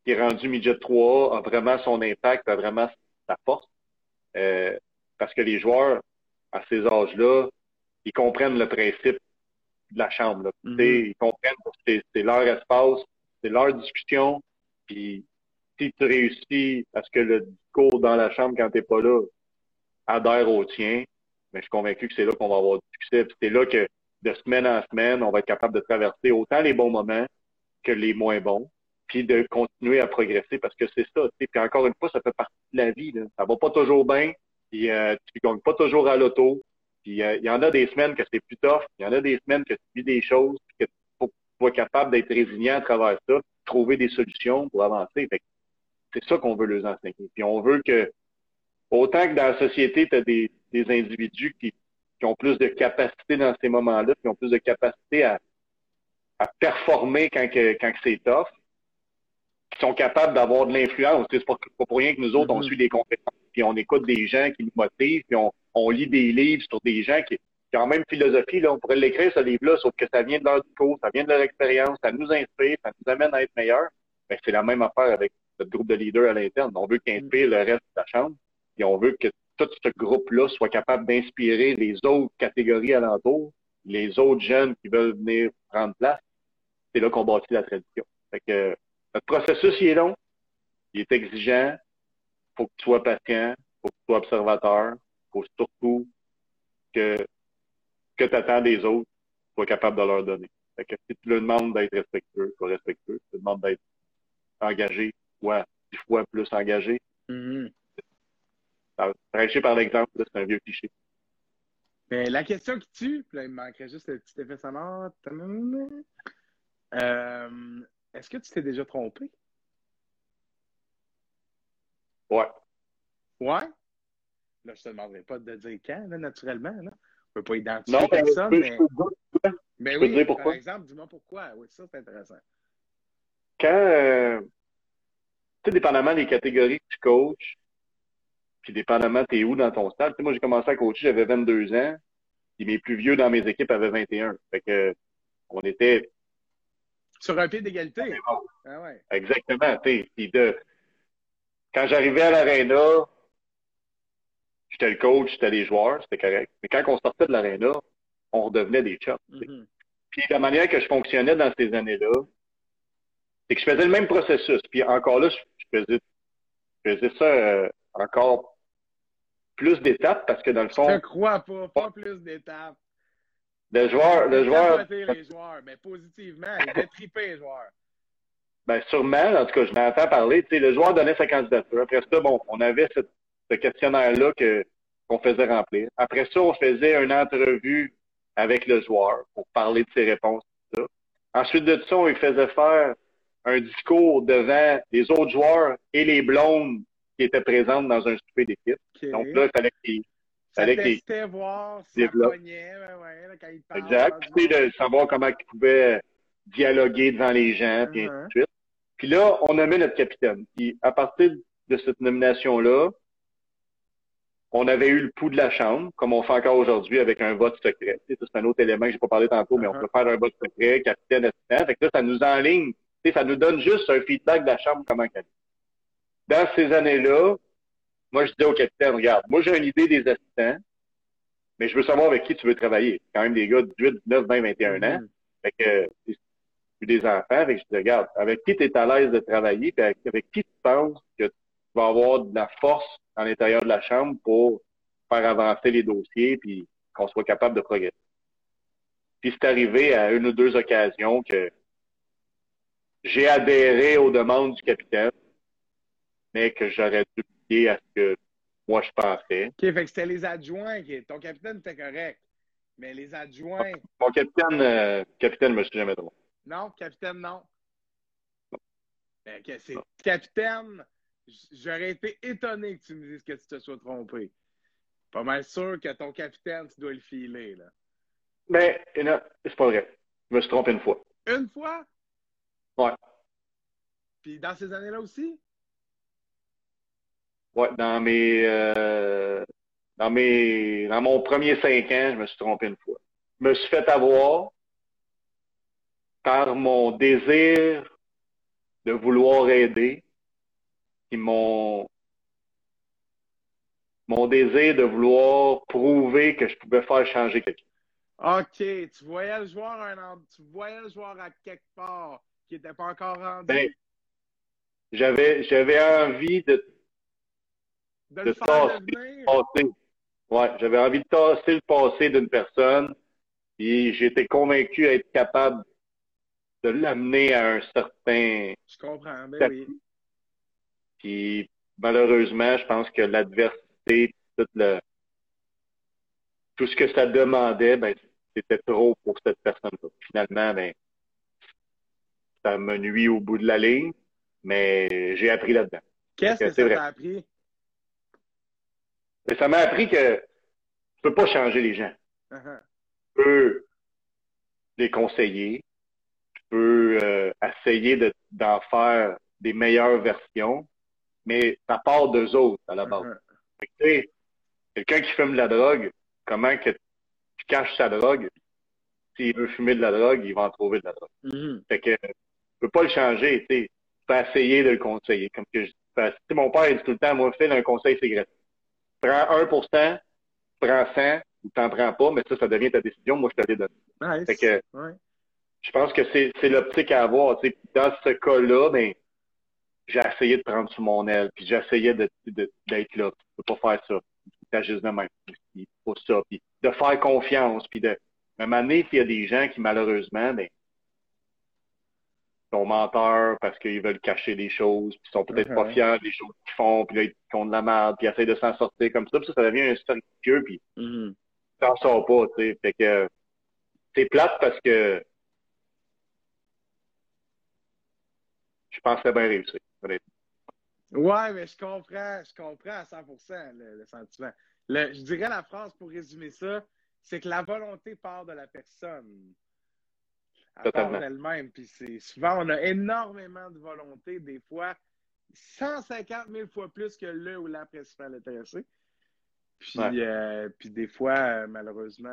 qui est rendu midget 3A, a vraiment son impact, a vraiment sa force. Parce que les joueurs, à ces âges-là, ils comprennent le principe de la chambre. Là. Ils comprennent que c'est leur espace, c'est leur discussion. Puis si tu réussis à ce que le discours dans la chambre, quand t'es pas là, adhère au tien, mais je suis convaincu que c'est là qu'on va avoir du succès. Puis c'est là que de semaine en semaine, on va être capable de traverser autant les bons moments que les moins bons, puis de continuer à progresser parce que c'est ça. Puis encore une fois, ça fait partie de la vie. Là. Ça va pas toujours bien, puis tu gagnes pas toujours à l'auto. Puis il y en a des semaines que c'est plus tough, il y en a des semaines que tu vis des choses, puis que tu sois capable d'être résilient à travers ça, trouver des solutions pour avancer. Fait que c'est ça qu'on veut les enseigner. Puis on veut que, autant que dans la société, tu as des individus qui ont plus de capacité dans ces moments-là, qui ont plus de capacité à performer quand que c'est tough, qui sont capables d'avoir de l'influence. C'est pas pour rien que nous autres, on suit des compétences, puis on écoute des gens qui nous motivent, puis on lit des livres sur des gens qui ont la même philosophie. Là, on pourrait l'écrire, ce livre-là, sauf que ça vient de leur discours, ça vient de leur expérience, ça nous inspire, ça nous amène à être meilleurs. Ben, c'est la même affaire avec notre groupe de leaders à l'interne. On veut qu'ils inspirent le reste de la chambre, et on veut que tout ce groupe-là soit capable d'inspirer les autres catégories alentours, les autres jeunes qui veulent venir prendre place. C'est là qu'on bâtit la tradition. Fait que notre processus, il est long, il est exigeant, faut que tu sois patient, faut que tu sois observateur, faut surtout que tu attends des autres, tu sois capable de leur donner. Fait que si tu leur demandes d'être respectueux, sois respectueux. Si tu leur demandes d'être engagé, soit 10 fois plus engagé. Prêcher par l'exemple, c'est un vieux cliché. Mais la question qui tue, puis là, il me manquerait juste le petit effet sonore. Est-ce que tu t'es déjà trompé? Ouais. Ouais? Là, je te demanderai pas de dire quand, là, naturellement. Là. On ne peut pas identifier personne, mais... Je peux te dire pourquoi. Par exemple, dis-moi pourquoi. Oui, ça, c'est intéressant. Quand, tu sais, dépendamment des catégories que tu coaches, puis dépendamment t'es où dans ton stade. Tu sais, moi, j'ai commencé à coacher, j'avais 22 ans, puis mes plus vieux dans mes équipes avaient 21. Fait que on était... Sur un pied d'égalité. Ah ouais. Exactement. Puis quand j'arrivais à l'aréna, j'étais le coach, j'étais les joueurs, c'était correct. Mais quand on sortait de l'aréna, on redevenait des chums. Puis la manière que je fonctionnais dans ces années-là, c'est que je faisais le même processus. Puis encore là, je faisais ça encore plus d'étapes parce que dans le fond... Je te crois pas plus d'étapes. Le joueur... les joueurs, mais positivement, il devait triper les joueurs. Ben sûrement, en tout cas, je m'entends parler. Tu sais, le joueur donnait sa candidature. Après ça, bon, on avait ce questionnaire-là qu'on faisait remplir. Après ça, on faisait une entrevue avec le joueur pour parler de ses réponses. Tout ça. Ensuite de ça, on lui faisait faire un discours devant les autres joueurs et les blondes qui étaient présentes dans un souper d'équipe. Okay. Donc là, il fallait qu'il testait voir si ça pognait, quand il parle. Exact. Puis de savoir comment il pouvait dialoguer devant les gens, puis ainsi de suite. Puis là, on nommait notre capitaine. Puis à partir de cette nomination-là, on avait eu le pouls de la chambre, comme on fait encore aujourd'hui avec un vote secret. Tu sais, c'est un autre élément que j'ai pas parlé tantôt, mais on peut faire un vote secret, capitaine, assistant. Fait que là, ça nous enligne. Tu sais, ça nous donne juste un feedback de la chambre comment elle est. Dans ces années-là, moi, je disais au capitaine, regarde, moi, j'ai une idée des assistants, mais je veux savoir avec qui tu veux travailler. C'est quand même des gars de 18, 19, 20, 21 ans. Fait que des enfants, fait que je dis, regarde, avec qui tu es à l'aise de travailler, puis avec qui tu penses que tu vas avoir de la force à l'intérieur de la chambre pour faire avancer les dossiers, puis qu'on soit capable de progresser. Puis c'est arrivé à une ou deux occasions que j'ai adhéré aux demandes du capitaine, mais que j'aurais dû plier à ce que moi je pensais. OK, fait que c'était les adjoints. Ton capitaine était correct, mais les adjoints... Mon capitaine, je me suis jamais trompé. Non, capitaine, non. Okay, c'est capitaine, j'aurais été étonné que tu me dises que tu te sois trompé. Pas mal sûr que ton capitaine, tu dois le filer, là. Mais, non, c'est pas vrai. Je me suis trompé une fois. Une fois? Ouais. Puis dans ces années-là aussi? Ouais, dans mon premier 5 ans, je me suis trompé une fois. Je me suis fait avoir par mon désir de vouloir aider, puis mon désir de vouloir prouver que je pouvais faire changer quelqu'un. OK, tu voyais le joueur à quelque part qui n'était pas encore Ben, rendu, j'avais envie de le de faire tasser devenir. le passé. Ouais, j'avais envie de tasser le passé d'une personne, puis j'étais convaincu être capable de l'amener à un certain Je comprends, ben oui. statut. Puis malheureusement, je pense que l'adversité, tout ce que ça demandait, ben, c'était trop pour cette personne-là. Finalement, ben, ça me nuit au bout de la ligne, mais j'ai appris là-dedans. Fait Qu'est-ce que que c'est ça vrai. t'a appris? Et ça m'a appris que tu peux pas changer les gens. Uh-huh. Tu peux les conseiller, tu peux essayer d'en faire des meilleures versions, mais ça part d'eux autres à la base. Uh-huh. Fait que, tu sais, quelqu'un qui fume de la drogue, comment que tu caches sa drogue? S'il veut fumer de la drogue, il va en trouver de la drogue. Mhm. Fait que tu peux pas le changer, tu sais. Tu peux essayer de le conseiller. Comme que je dis, mon père il dit tout le temps, moi, fais un conseil, c'est gratuit. Prends 1%, prends 100, ou t'en prends pas, mais ça devient ta décision. Moi, je te l'ai donné. Fait Nice. que Ouais. je pense que c'est l'optique à avoir. Tu sais. Dans ce cas-là, ben, j'ai essayé de prendre sous mon aile, puis j'essayais d'être là. Tu peux pas faire ça. Tu juste de même. Puis, pour ça. Puis de faire confiance. Puis de. À un moment donné, il y a des gens qui, malheureusement, ben, sont menteurs parce qu'ils veulent cacher des choses, puis ils sont peut-être pas Uh-huh. fiers des choses qu'ils font, puis là, ils font de la merde, puis ils essaient de s'en sortir comme ça, puis ça devient un cercle vicieux, puis Mhm. tu t'en sors pas, tu sais. Fait que c'est plate parce que je pensais bien réussir. Honnêtement. Ouais, mais je comprends à 100% le sentiment. Je dirais la phrase pour résumer ça, c'est que la volonté part de la personne. À part Totalement. d'elle-même. Puis souvent, on a énormément de volonté, des fois 150 000 fois plus que le ou la principale intéressée. Ouais. Puis des fois, malheureusement,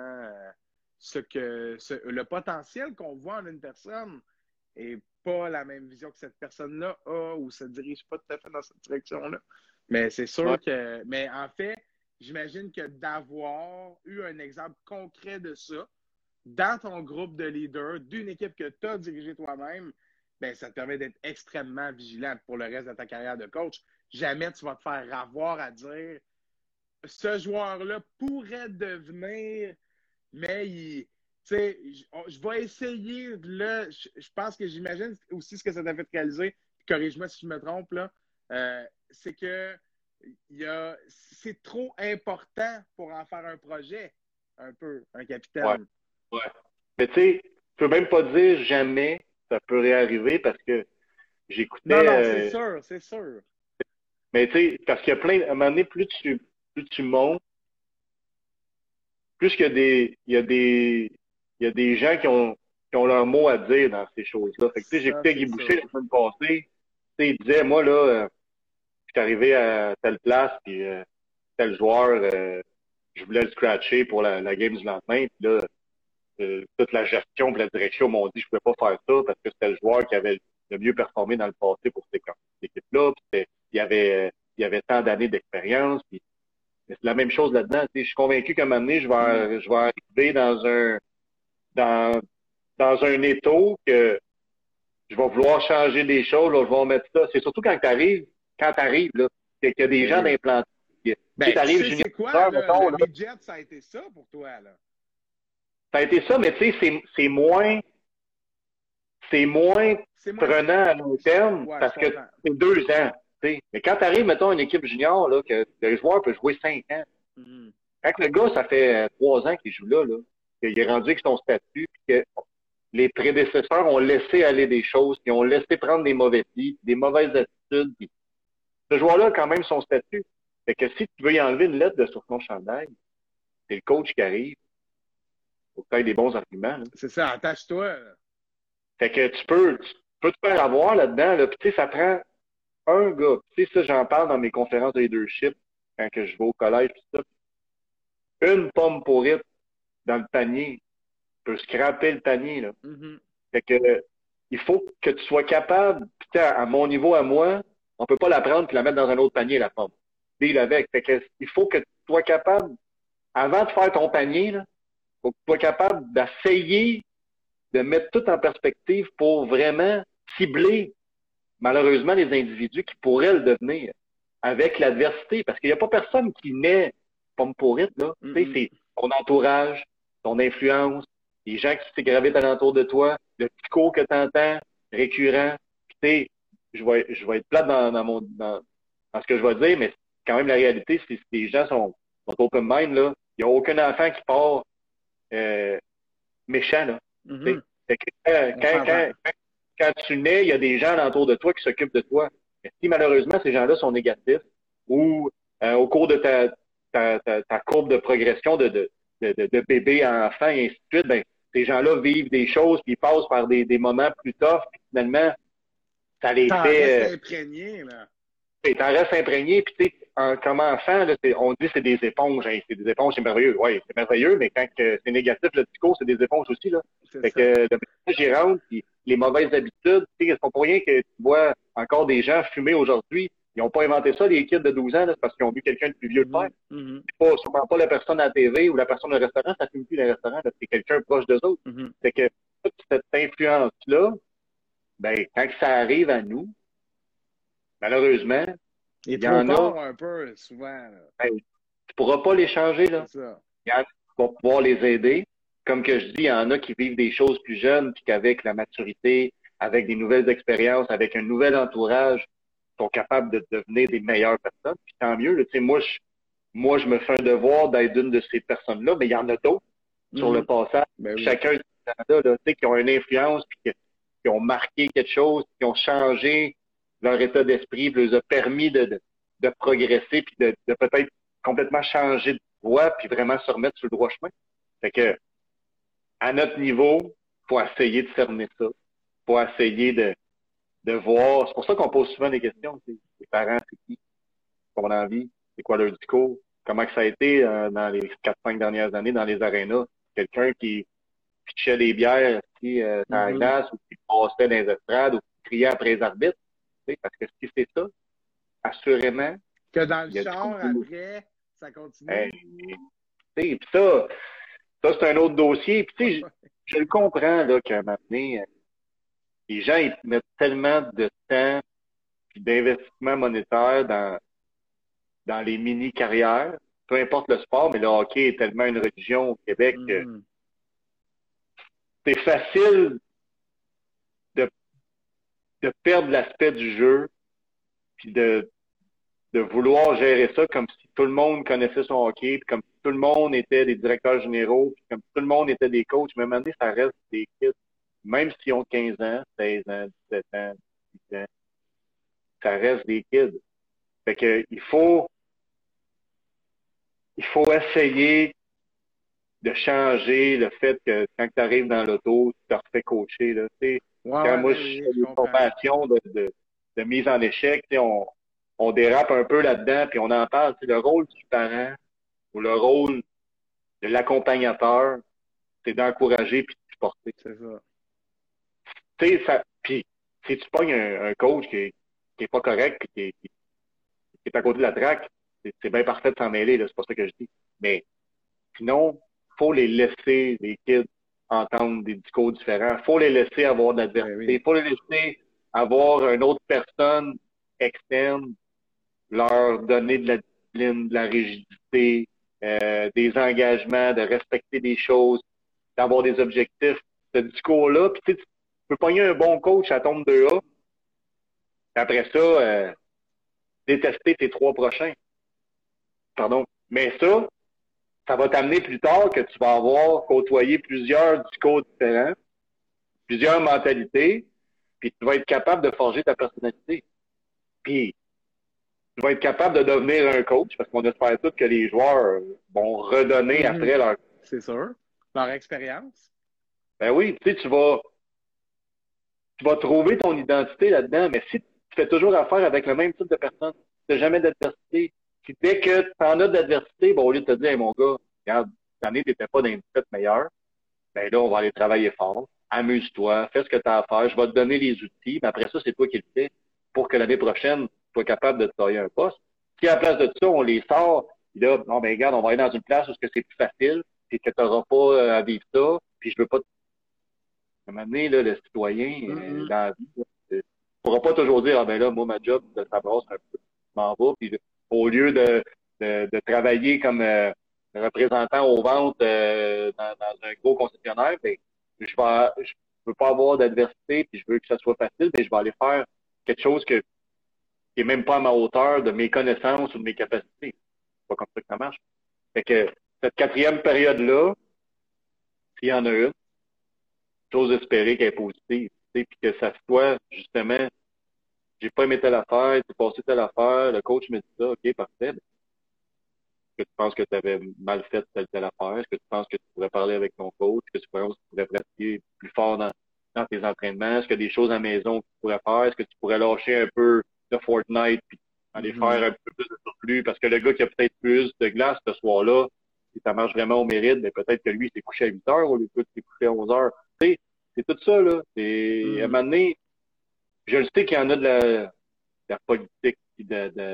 le potentiel qu'on voit en une personne n'est pas la même vision que cette personne-là a ou se dirige pas tout à fait dans cette direction-là. Mais c'est Ouais. sûr que. Mais en fait, j'imagine que d'avoir eu un exemple concret de ça, dans ton groupe de leaders, d'une équipe que tu as dirigée toi-même, ben, ça te permet d'être extrêmement vigilant pour le reste de ta carrière de coach. Jamais tu vas te faire avoir à dire ce joueur-là pourrait devenir, mais je vais essayer là. Je pense que j'imagine aussi ce que ça t'a fait réaliser. Corrige-moi si je me trompe là. C'est que c'est trop important pour en faire un projet, un peu, un Ouais. capitaine. Ouais. Mais tu sais, tu peux même pas dire jamais ça peut réarriver parce que Non, j'écoutais non, c'est sûr, c'est sûr. mais tu sais, parce qu'il y a plein à un moment donné, plus tu montes, plus qu'il y a il y a des gens qui ont leur mot à dire dans ces choses-là. Fait que, tu sais, Ça, j'écoutais c'est Guy Boucher sûr. la semaine passée. Tu sais, il disait, moi, là, je suis arrivé à telle place, puis tel joueur, je voulais le scratcher pour la game du lendemain. Puis là, toute la gestion et la direction m'ont dit que je pouvais pas faire ça parce que c'était le joueur qui avait le mieux performé dans le passé pour cette équipe-là. Puis il y avait tant d'années d'expérience. Puis mais c'est la même chose là-dedans. Tu sais, je suis convaincu qu'à un moment donné, Mm. je vais arriver dans, dans un étau que je vais vouloir changer des choses, là, je vais remettre ça. C'est surtout quand t'arrives, là, qu'il y a des Ben gens oui. d'implantés. Tu Ben, tu arrives sais, junior, c'est quoi, là? mettons, Le là, midget, ça a été ça pour toi, là. ça a été ça, mais tu sais, c'est moins C'est moins. prenant à long terme Ouais, je parce que comprends. c'est 2 ans. Tu sais. Mais quand tu arrives, mettons, à une équipe junior, là, que le joueur peut jouer 5 ans. Mm. Quand le gars, ça fait 3 ans qu'il joue là, qu'il est rendu avec son statut, puis que les prédécesseurs ont laissé aller des choses, puis ont laissé prendre des mauvais plis, des mauvaises attitudes. Puis ce joueur-là a quand même son statut. Fait que si tu veux y enlever une lettre de sur ton chandail, c'est le coach qui arrive. Faut que tu aies des bons arguments. Là. C'est ça, attache-toi, là. Fait que tu peux te faire avoir là-dedans. Là. Puis tu sais, ça prend un gars. Tu sais, ça, j'en parle dans mes conférences de leadership quand que je vais au collège, tout ça. Une pomme pourrite dans le panier peut scraper le panier. Là. Mhm. Fait que il faut que tu sois capable, putain, à mon niveau, à moi, on peut pas la prendre et la mettre dans un autre panier, la pomme. Deal avec. Fait que, il faut que tu sois capable, avant de faire ton panier, là, faut que tu sois capable d'essayer de mettre tout en perspective pour vraiment cibler, malheureusement, les individus qui pourraient le devenir avec l'adversité. Parce qu'il n'y a pas personne qui naît pomme pourrite, là. Tu sais, c'est ton entourage, ton influence, les gens qui gravitent alentour de toi, le petit cours que tu entends, récurrent. Puis, tu sais, je vais être plate dans ce que je vais dire, mais quand même la réalité, c'est que si les gens sont open mind, là, il n'y a aucun enfant qui part méchant, là. Fait que quand tu nais, il y a des gens alentour de toi qui s'occupent de toi. Mais si malheureusement ces gens-là sont négatifs ou au cours de ta courbe de progression de bébé à enfant et ainsi de suite, ben, ces gens-là vivent des choses puis ils passent par des moments plus toughs puis finalement, ça les fait... T'en restes imprégné, là. T'en restes imprégné puis tu sais, comme enfant, là, on dit c'est des éponges. Hein, c'est des éponges, c'est merveilleux. Oui, c'est merveilleux, mais quand c'est négatif, le discours, c'est des éponges aussi. Là. Fait que le message y rentre, puis les mauvaises habitudes, tu sais, c'est pas pour rien que tu vois encore des gens fumer aujourd'hui. Ils n'ont pas inventé ça, les kids de 12 ans, là, parce qu'ils ont vu quelqu'un de plus vieux le faire. C'est sûrement pas la personne à la TV ou la personne au restaurant, ça fume plus dans le restaurant, là, c'est quelqu'un proche d'eux autres. Fait que toute cette influence-là, ben, quand ça arrive à nous, malheureusement, il y en a un peu, souvent. Ben, tu pourras pas les changer, là. C'est ça. Il y en a qui vont pouvoir les aider. Comme que je dis, il y en a qui vivent des choses plus jeunes, puis qu'avec la maturité, avec des nouvelles expériences, avec un nouvel entourage, sont capables de devenir des meilleures personnes. Puis tant mieux, là. Tu sais, moi, je me fais un devoir d'être une de ces personnes-là, mais il y en a d'autres sur le passage. Ben oui. Chacun de ces gens-là, tu sais, qui ont une influence, puis qui ont marqué quelque chose, qui ont changé leur état d'esprit, puis leur a permis de progresser, puis de peut-être complètement changer de voie, puis vraiment se remettre sur le droit chemin. Fait que, à notre niveau, faut essayer de cerner ça. Faut essayer de voir. C'est pour ça qu'on pose souvent des questions. Les parents, c'est qui? Qu'on a envie? C'est quoi leur discours? Comment que ça a été dans les 4-5 dernières années dans les arénas? Quelqu'un qui pitchait des bières dans la glace ou qui passait dans les estrades ou qui criait après les arbitres. Parce que si c'est ça, assurément. Que dans le char, après, ça continue. Puis ça, c'est un autre dossier. Puis tu sais, je le comprends là, qu'à un moment donné, les gens ils mettent tellement de temps et d'investissement monétaire dans les mini-carrières, peu importe le sport, mais le hockey est tellement une religion au Québec que c'est facile de perdre l'aspect du jeu puis de vouloir gérer ça comme si tout le monde connaissait son hockey, puis comme si tout le monde était des directeurs généraux, puis comme si tout le monde était des coachs. Mais à un moment donné, ça reste des kids. Même s'ils ont 15 ans, 16 ans, 17 ans, 18 ans, ça reste des kids. Fait que il faut essayer de changer le fait que quand tu arrives dans l'auto, tu te refais coacher. Là, quand moi, je fais des formations de mise en échec, on dérape un peu là-dedans, puis on en parle. Le rôle du parent ou le rôle de l'accompagnateur, c'est d'encourager puis de supporter. C'est ça. Tu sais, puis si tu pognes un coach qui est pas correct puis qui est à côté de la traque, c'est bien parfait de s'en mêler, là, c'est pas ça que je dis. Mais sinon, faut les laisser, les kids, entendre des discours différents. Faut les laisser avoir de l'adversité. Faut les laisser avoir une autre personne externe, leur donner de la discipline, de la rigidité, des engagements, de respecter des choses, d'avoir des objectifs. Ce discours-là, puis tu peux pogner un bon coach à tombe 2A, après ça, détester tes 3 prochains. Pardon. Mais ça va t'amener plus tard que tu vas avoir côtoyé plusieurs discours différents, plusieurs mentalités, puis tu vas être capable de forger ta personnalité. Puis tu vas être capable de devenir un coach, parce qu'on espère tous que les joueurs vont redonner après leur... C'est sûr. Leur expérience. Ben oui, tu sais, tu vas trouver ton identité là-dedans, mais si tu fais toujours affaire avec le même type de personne, tu n'as jamais d'adversité, puis dès que tu en as d'adversité, ben, au lieu de te dire, hey, mon gars, regarde, cette année, tu n'étais pas dans les 17 meilleurs, ben là, on va aller travailler fort. amuse-toi, fais ce que tu as à faire, je vais te donner les outils, mais après ça, c'est toi qui le fais pour que l'année prochaine, tu sois capable de te tailler un poste. Si à la place de ça, on les sort, puis là, non, ben regarde, on va aller dans une place où c'est plus facile, et que tu n'auras pas à vivre ça, puis je veux pas à un moment donné, là, le citoyen, Mm-mm. dans la vie, là, tu pourras pas toujours dire, ah ben là, moi, ma job, ça brasse un peu, je m'en vais, puis au lieu de travailler comme représentant aux ventes dans un gros concessionnaire, ben, je veux pas avoir d'adversité, puis je veux que ça soit facile, mais je vais aller faire quelque chose qui est même pas à ma hauteur de mes connaissances ou de mes capacités. C'est pas comme ça que ça marche. Fait que cette quatrième période-là, s'il y en a une, j'ose espérer qu'elle est positive, tu sais, puis que ça soit justement, j'ai pas aimé telle affaire, j'ai passé telle affaire, le coach me dit ça, ok, parfait. Est-ce que tu penses que tu avais mal fait telle affaire? Est-ce que tu penses que tu pourrais parler avec ton coach? Est-ce que tu penses que tu pourrais pratiquer plus fort dans tes entraînements? Est-ce qu'il y a des choses à la maison que tu pourrais faire? Est-ce que tu pourrais lâcher un peu de Fortnite puis aller faire Mhm. un peu plus de surplus? Parce que le gars qui a peut-être plus de glace ce soir-là, si ça marche vraiment au mérite, mais peut-être que lui, il s'est couché à 8 heures au lieu de s'est couché à 11 heures. Tu sais, c'est tout ça, là. C'est, à un Mhm. moment donné, je le sais qu'il y en a de la politique puis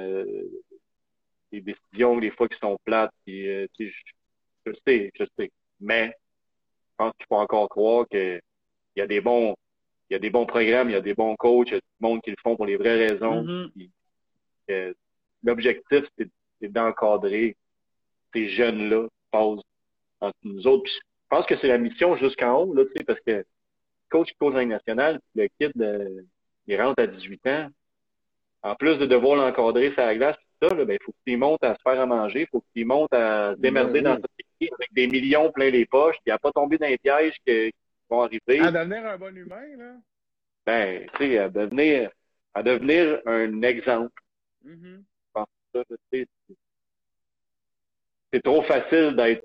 des décisions, des fois, qui sont plates, puis, tu sais, je sais. Mais, je pense qu'il faut encore croire qu'il y a des bons, il y a des bons programmes, il y a des bons coachs, il y a du monde qui le font pour les vraies raisons. Mhm. Puis, l'objectif, c'est d'encadrer ces jeunes-là qui passent entre nous autres. Puis, je pense que c'est la mission jusqu'en haut, là, tu sais, parce que coach qui coach en Ligue nationale, puis le kid, il rentre à 18 ans, en plus de devoir l'encadrer sur la glace, tout ça, là, ben, il faut qu'il monte à se faire à manger, il faut qu'il monte à se Ben démerder dans oui. sa vie avec des millions plein les poches, puis à pas tomber dans les pièges qui vont À arriver. devenir un bon humain, là. Ben, tu sais, à devenir un exemple. Mhm. Je pense que ça, tu sais, c'est trop facile d'être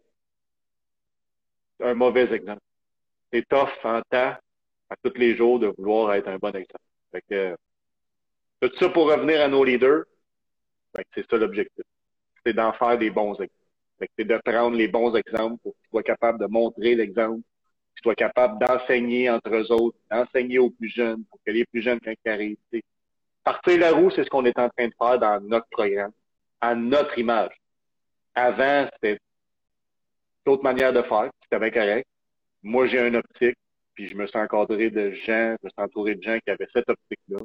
un mauvais exemple. C'est tough en temps, à tous les jours, de vouloir être un bon exemple. Fait que, tout ça pour revenir à nos leaders, fait que c'est ça l'objectif. C'est d'en faire des bons exemples. Fait que c'est de prendre les bons exemples pour qu'ils soient capables de montrer l'exemple, qu'ils soient capables d'enseigner entre eux autres, d'enseigner aux plus jeunes, pour que les plus jeunes, quand ils arrivent, tu sais, partir la roue, c'est ce qu'on est en train de faire dans notre programme, à notre image. Avant, c'était d'autres manières de faire, c'était bien correct. Moi, j'ai une optique, puis je me suis encadré de gens, je me suis entouré de gens qui avaient cette optique-là,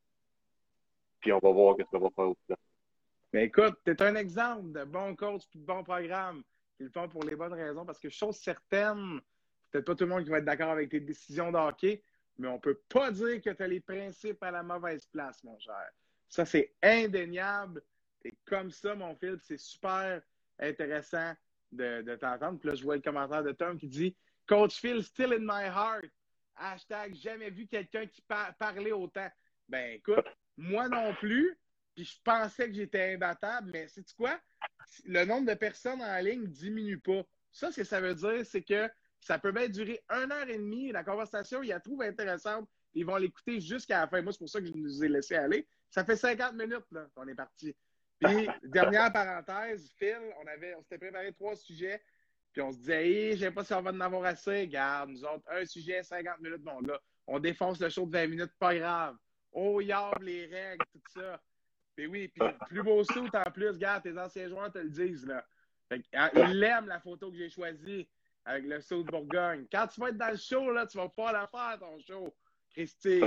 puis on va voir ce qu'on va faire au plus. Mais écoute, tu es un exemple de bon coach et de bon programme qui le font pour les bonnes raisons parce que chose certaine, peut-être pas tout le monde qui va être d'accord avec tes décisions de hockey, mais on peut pas dire que tu as les principes à la mauvaise place, mon cher. Ça, c'est indéniable. T'es comme ça, mon fils. C'est super intéressant de t'entendre. Puis là, je vois le commentaire de Tom qui dit Coach Phil, still in my heart. Hashtag jamais vu quelqu'un qui parlait autant. Ben écoute, moi non plus. Puis je pensais que j'étais imbattable, mais sais-tu quoi? Le nombre de personnes en ligne diminue pas. Ça, ce que ça veut dire, c'est que ça peut bien durer 1 heure et demie. La conversation, ils la trouvent intéressante. Ils vont l'écouter jusqu'à la fin. Moi, c'est pour ça que je nous ai laissé aller. Ça fait 50 minutes là, qu'on est parti. Puis, dernière parenthèse, Phil, on s'était préparé 3 sujets. Puis on se disait, hey, je ne sais pas si on va en avoir assez. Garde, nous autres, un sujet, 50 minutes, mon gars. On défonce le show de 20 minutes, pas grave. Oh, yab, les règles, tout ça. Puis oui, puis plus beau suit en plus, regarde, tes anciens joueurs te le disent, là. Fait que, hein, ils l'aiment, la photo que j'ai choisie avec le saut de Bourgogne. Quand tu vas être dans le show, là, tu vas pas la faire, ton show, Christy.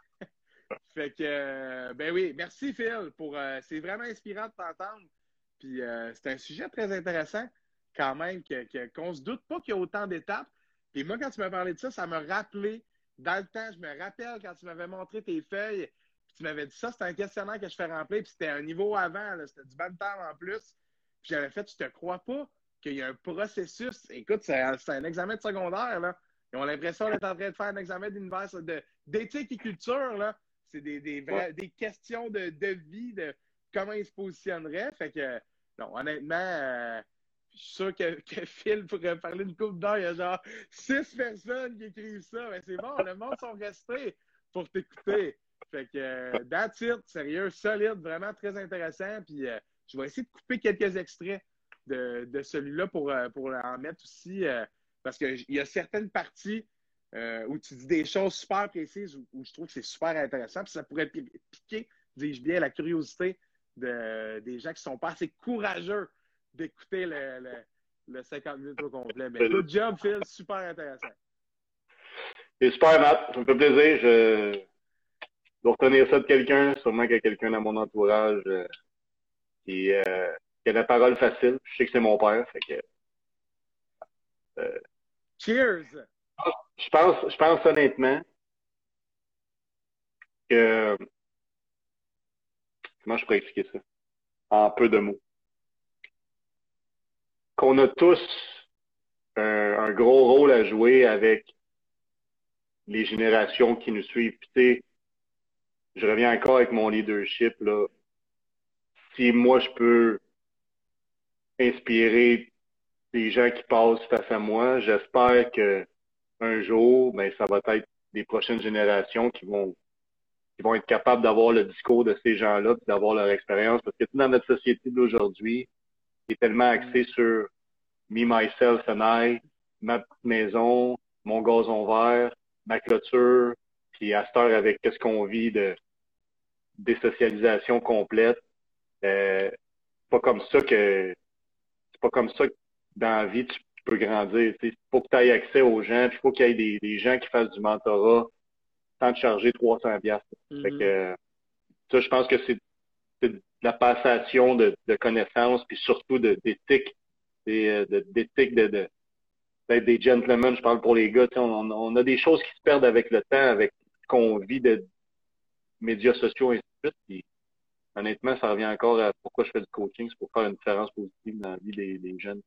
Fait que, ben oui, merci Phil, c'est vraiment inspirant de t'entendre. Puis c'est un sujet très intéressant, quand même, qu'on se doute pas qu'il y a autant d'étapes. Puis moi, quand tu m'as parlé de ça, ça m'a rappelé, dans le temps, je me rappelle quand tu m'avais montré tes feuilles, puis tu m'avais dit ça, c'était un questionnaire que je fais remplir, puis c'était un niveau avant, là, c'était du bantam en plus. Puis j'avais fait, je te crois pas qu'il y a un processus. Écoute, c'est un examen de secondaire, là. Ils ont l'impression d'être en train de faire un examen d'éthique et culture, là. C'est des questions de vie, de comment ils se positionneraient. Fait que, non, honnêtement, je suis sûr que Phil pourrait parler une couple d'heures. Il y a genre 6 personnes qui écrivent ça. Mais c'est bon, le monde sont restés pour t'écouter. Fait que, that's it, sérieux, solide, vraiment très intéressant. Puis, je vais essayer de couper quelques extraits de celui-là pour en mettre aussi. Parce qu'il y a certaines parties où tu dis des choses super précises, où je trouve que c'est super intéressant. Puis ça pourrait piquer, dis-je bien, la curiosité des gens qui sont pas assez courageux d'écouter le 50 minutes au complet. Mais good job, Phil, super intéressant. C'est super, Matt. Ça me fait plaisir. Je dois retenir ça de quelqu'un, sûrement qu'il y a quelqu'un dans mon entourage qui a la parole facile. Je sais que c'est mon père. Fait que, Cheers! je pense honnêtement que, comment je pourrais expliquer ça? En peu de mots. Qu'on a tous un gros rôle à jouer avec les générations qui nous suivent. Puis, tu sais, je reviens encore avec mon leadership, là. Si moi, je peux inspirer des gens qui passent face à moi, j'espère que un jour, ben, ça va être les prochaines générations qui vont être capables d'avoir le discours de ces gens-là, puis d'avoir leur expérience. Parce que dans notre société d'aujourd'hui, qui est tellement axé sur me, myself and I, ma petite maison, mon gazon vert, ma clôture, puis à cette heure avec qu'est-ce qu'on vit de désocialisation complète. C'est pas comme ça que c'est pas comme ça que dans la vie tu peux grandir. Il faut que tu aies accès aux gens, puis il faut qu'il y ait des gens qui fassent du mentorat sans te charger 300 piastres. Fait que ça, je pense que c'est de la passation de connaissances, puis surtout d'éthique, d'éthique d'être des gentlemen, je parle pour les gars. On a des choses qui se perdent avec le temps, avec ce qu'on vit de médias sociaux et ainsi de suite. Puis, honnêtement, ça revient encore à pourquoi je fais du coaching, c'est pour faire une différence positive dans la vie des jeunes.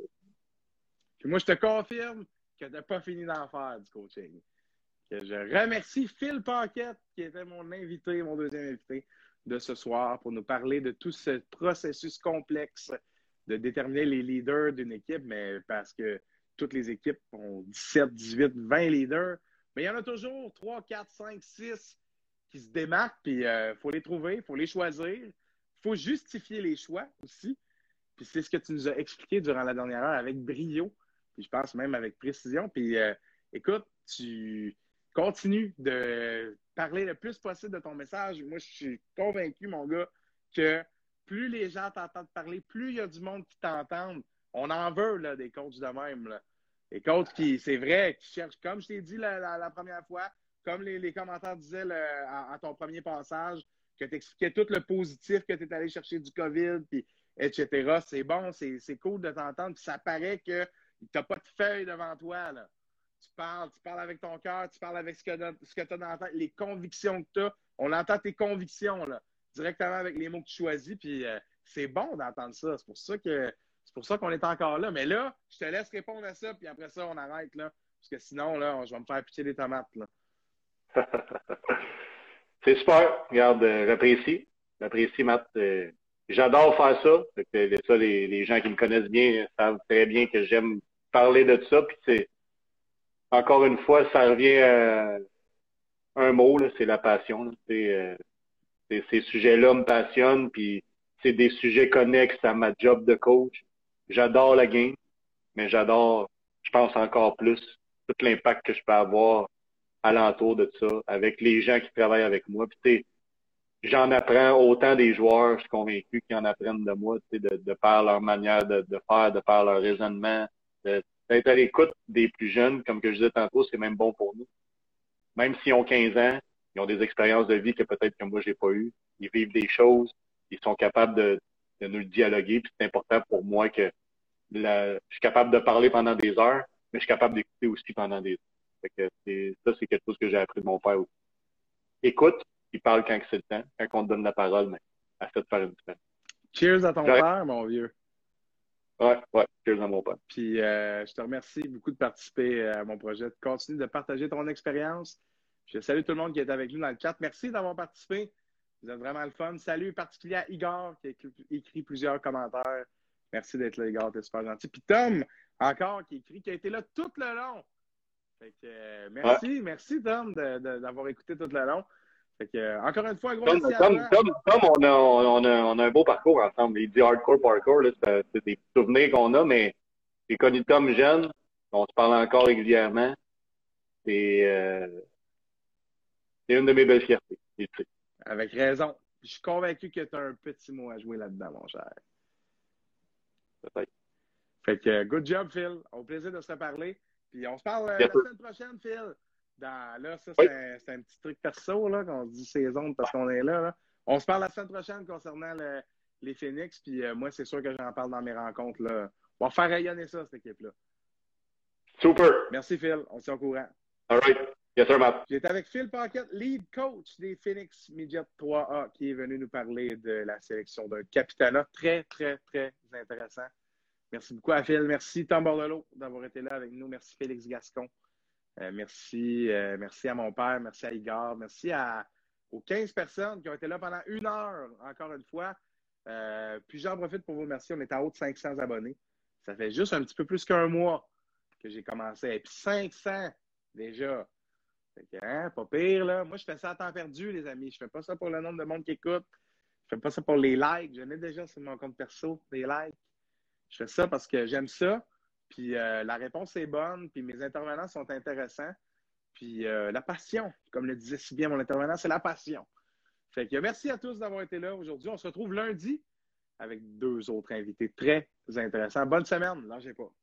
Puis moi, je te confirme que tu n'as pas fini d'en faire du coaching. Que je remercie Phil Paquette, qui était mon invité, mon deuxième invité de ce soir, pour nous parler de tout ce processus complexe de déterminer les leaders d'une équipe, mais parce que toutes les équipes ont 17, 18, 20 leaders, mais il y en a toujours 3, 4, 5, 6 qui se démarquent, puis il faut les trouver, il faut les choisir, il faut justifier les choix aussi. Puis c'est ce que tu nous as expliqué durant la dernière heure avec brio, puis je pense même avec précision. Puis écoute, tu continues de parler le plus possible de ton message. Moi, je suis convaincu, mon gars, que plus les gens t'entendent parler, plus il y a du monde qui t'entendent. On en veut là, des coachs de même. Là. Des coachs qui, c'est vrai, qui cherchent, comme je t'ai dit la première fois, comme les commentaires disaient à ton premier passage, que tu expliquais tout le positif que tu es allé chercher du COVID, puis etc. C'est bon, c'est cool de t'entendre. Puis ça paraît que tu n'as pas de feuille devant toi. Là. Tu parles avec ton cœur, tu parles avec ce que tu as dans la tête, les convictions que tu as. On entend tes convictions là, directement avec les mots que tu choisis. Puis c'est bon d'entendre ça. C'est pour ça qu'on est encore là. Mais là, je te laisse répondre à ça, puis après ça, on arrête. Là, parce que sinon, là, je vais me faire pitcher des tomates. Là. C'est super. Regarde, j'apprécie, Matt. J'adore faire ça. Fait que ça, les gens qui me connaissent bien savent très bien que j'aime parler de ça. Puis c'est encore une fois, ça revient à un mot, là, c'est la passion. Là. Ces sujets-là me passionnent, puis c'est des sujets connexes à ma job de coach. J'adore la game, mais j'adore, je pense encore plus, tout l'impact que je peux avoir alentour de ça, avec les gens qui travaillent avec moi. Puis, j'en apprends autant des joueurs, je suis convaincu qu'ils en apprennent de moi, de par leur manière de faire, de par leur raisonnement, d'être à l'écoute des plus jeunes, comme que je disais tantôt, c'est même bon pour nous. Même s'ils ont 15 ans, ils ont des expériences de vie que peut-être que moi, j'ai pas eues. Ils vivent des choses, ils sont capables de nous le dialoguer, puis c'est important pour moi que je suis capable de parler pendant des heures, mais je suis capable d'écouter aussi pendant des heures. Fait que ça, c'est quelque chose que j'ai appris de mon père aussi. Écoute, il parle quand c'est le temps. Quand on te donne la parole, mais à ça de faire une différence. Cheers à ton père, mon vieux. Ouais, cheers à mon père. Puis je te remercie beaucoup de participer à mon projet. Continue de partager ton expérience. Je salue tout le monde qui est avec nous dans le chat. Merci d'avoir participé. Vous êtes vraiment le fun. Salut particulier à Igor qui a écrit plusieurs commentaires. Merci d'être là, Igor. T'es super gentil. Puis Tom, encore, qui a été là tout le long. Fait que, merci Tom d'avoir écouté tout le long. Fait que, encore une fois, un gros merci à toi. Tom, on a un beau parcours ensemble. Il dit hardcore parkour, c'est des souvenirs qu'on a, mais j'ai connu Tom jeune. On se parle encore régulièrement. C'est une de mes belles fiertés. Tu sais. Avec raison. Je suis convaincu que tu as un petit mot à jouer là-dedans, mon cher. Peut-être. Fait que, good job, Phil. Au plaisir de se reparler. Puis on se parle Bien la sûr. semaine prochaine, Phil. Là, ça, Oui. c'est un petit truc perso, là, qu'on se dit saison parce qu'on est là, là. On se parle la semaine prochaine concernant les Phoenix. Puis moi, c'est sûr que j'en parle dans mes rencontres, là. On va faire rayonner ça, cette équipe-là. Super. Merci, Phil. On se tient au courant. All right. Yes, sir, Matt. J'étais avec Phil Paquette, lead coach des Phoenix Midget 3A, qui est venu nous parler de la sélection d'un capitanat très, très, très intéressant. Merci beaucoup à Phil. Merci Tom Bordelot d'avoir été là avec nous. Merci Félix Gascon. Merci à mon père. Merci à Igor. Merci aux 15 personnes qui ont été là pendant 1 heure, encore une fois. Puis j'en profite pour vous remercier. On est en haut de 500 abonnés. Ça fait juste un petit peu plus qu'un mois que j'ai commencé. Et puis 500 déjà. Fait que, hein, pas pire, là. Moi, je fais ça à temps perdu, les amis. Je fais pas ça pour le nombre de monde qui écoute. Je fais pas ça pour les likes. J'en ai déjà sur mon compte perso, des likes. Je fais ça parce que j'aime ça. Puis la réponse est bonne. Puis mes intervenants sont intéressants. Puis la passion, comme le disait si bien mon intervenant, c'est la passion. Fait que merci à tous d'avoir été là aujourd'hui. On se retrouve lundi avec 2 autres invités très intéressants. Bonne semaine. Lâchez pas.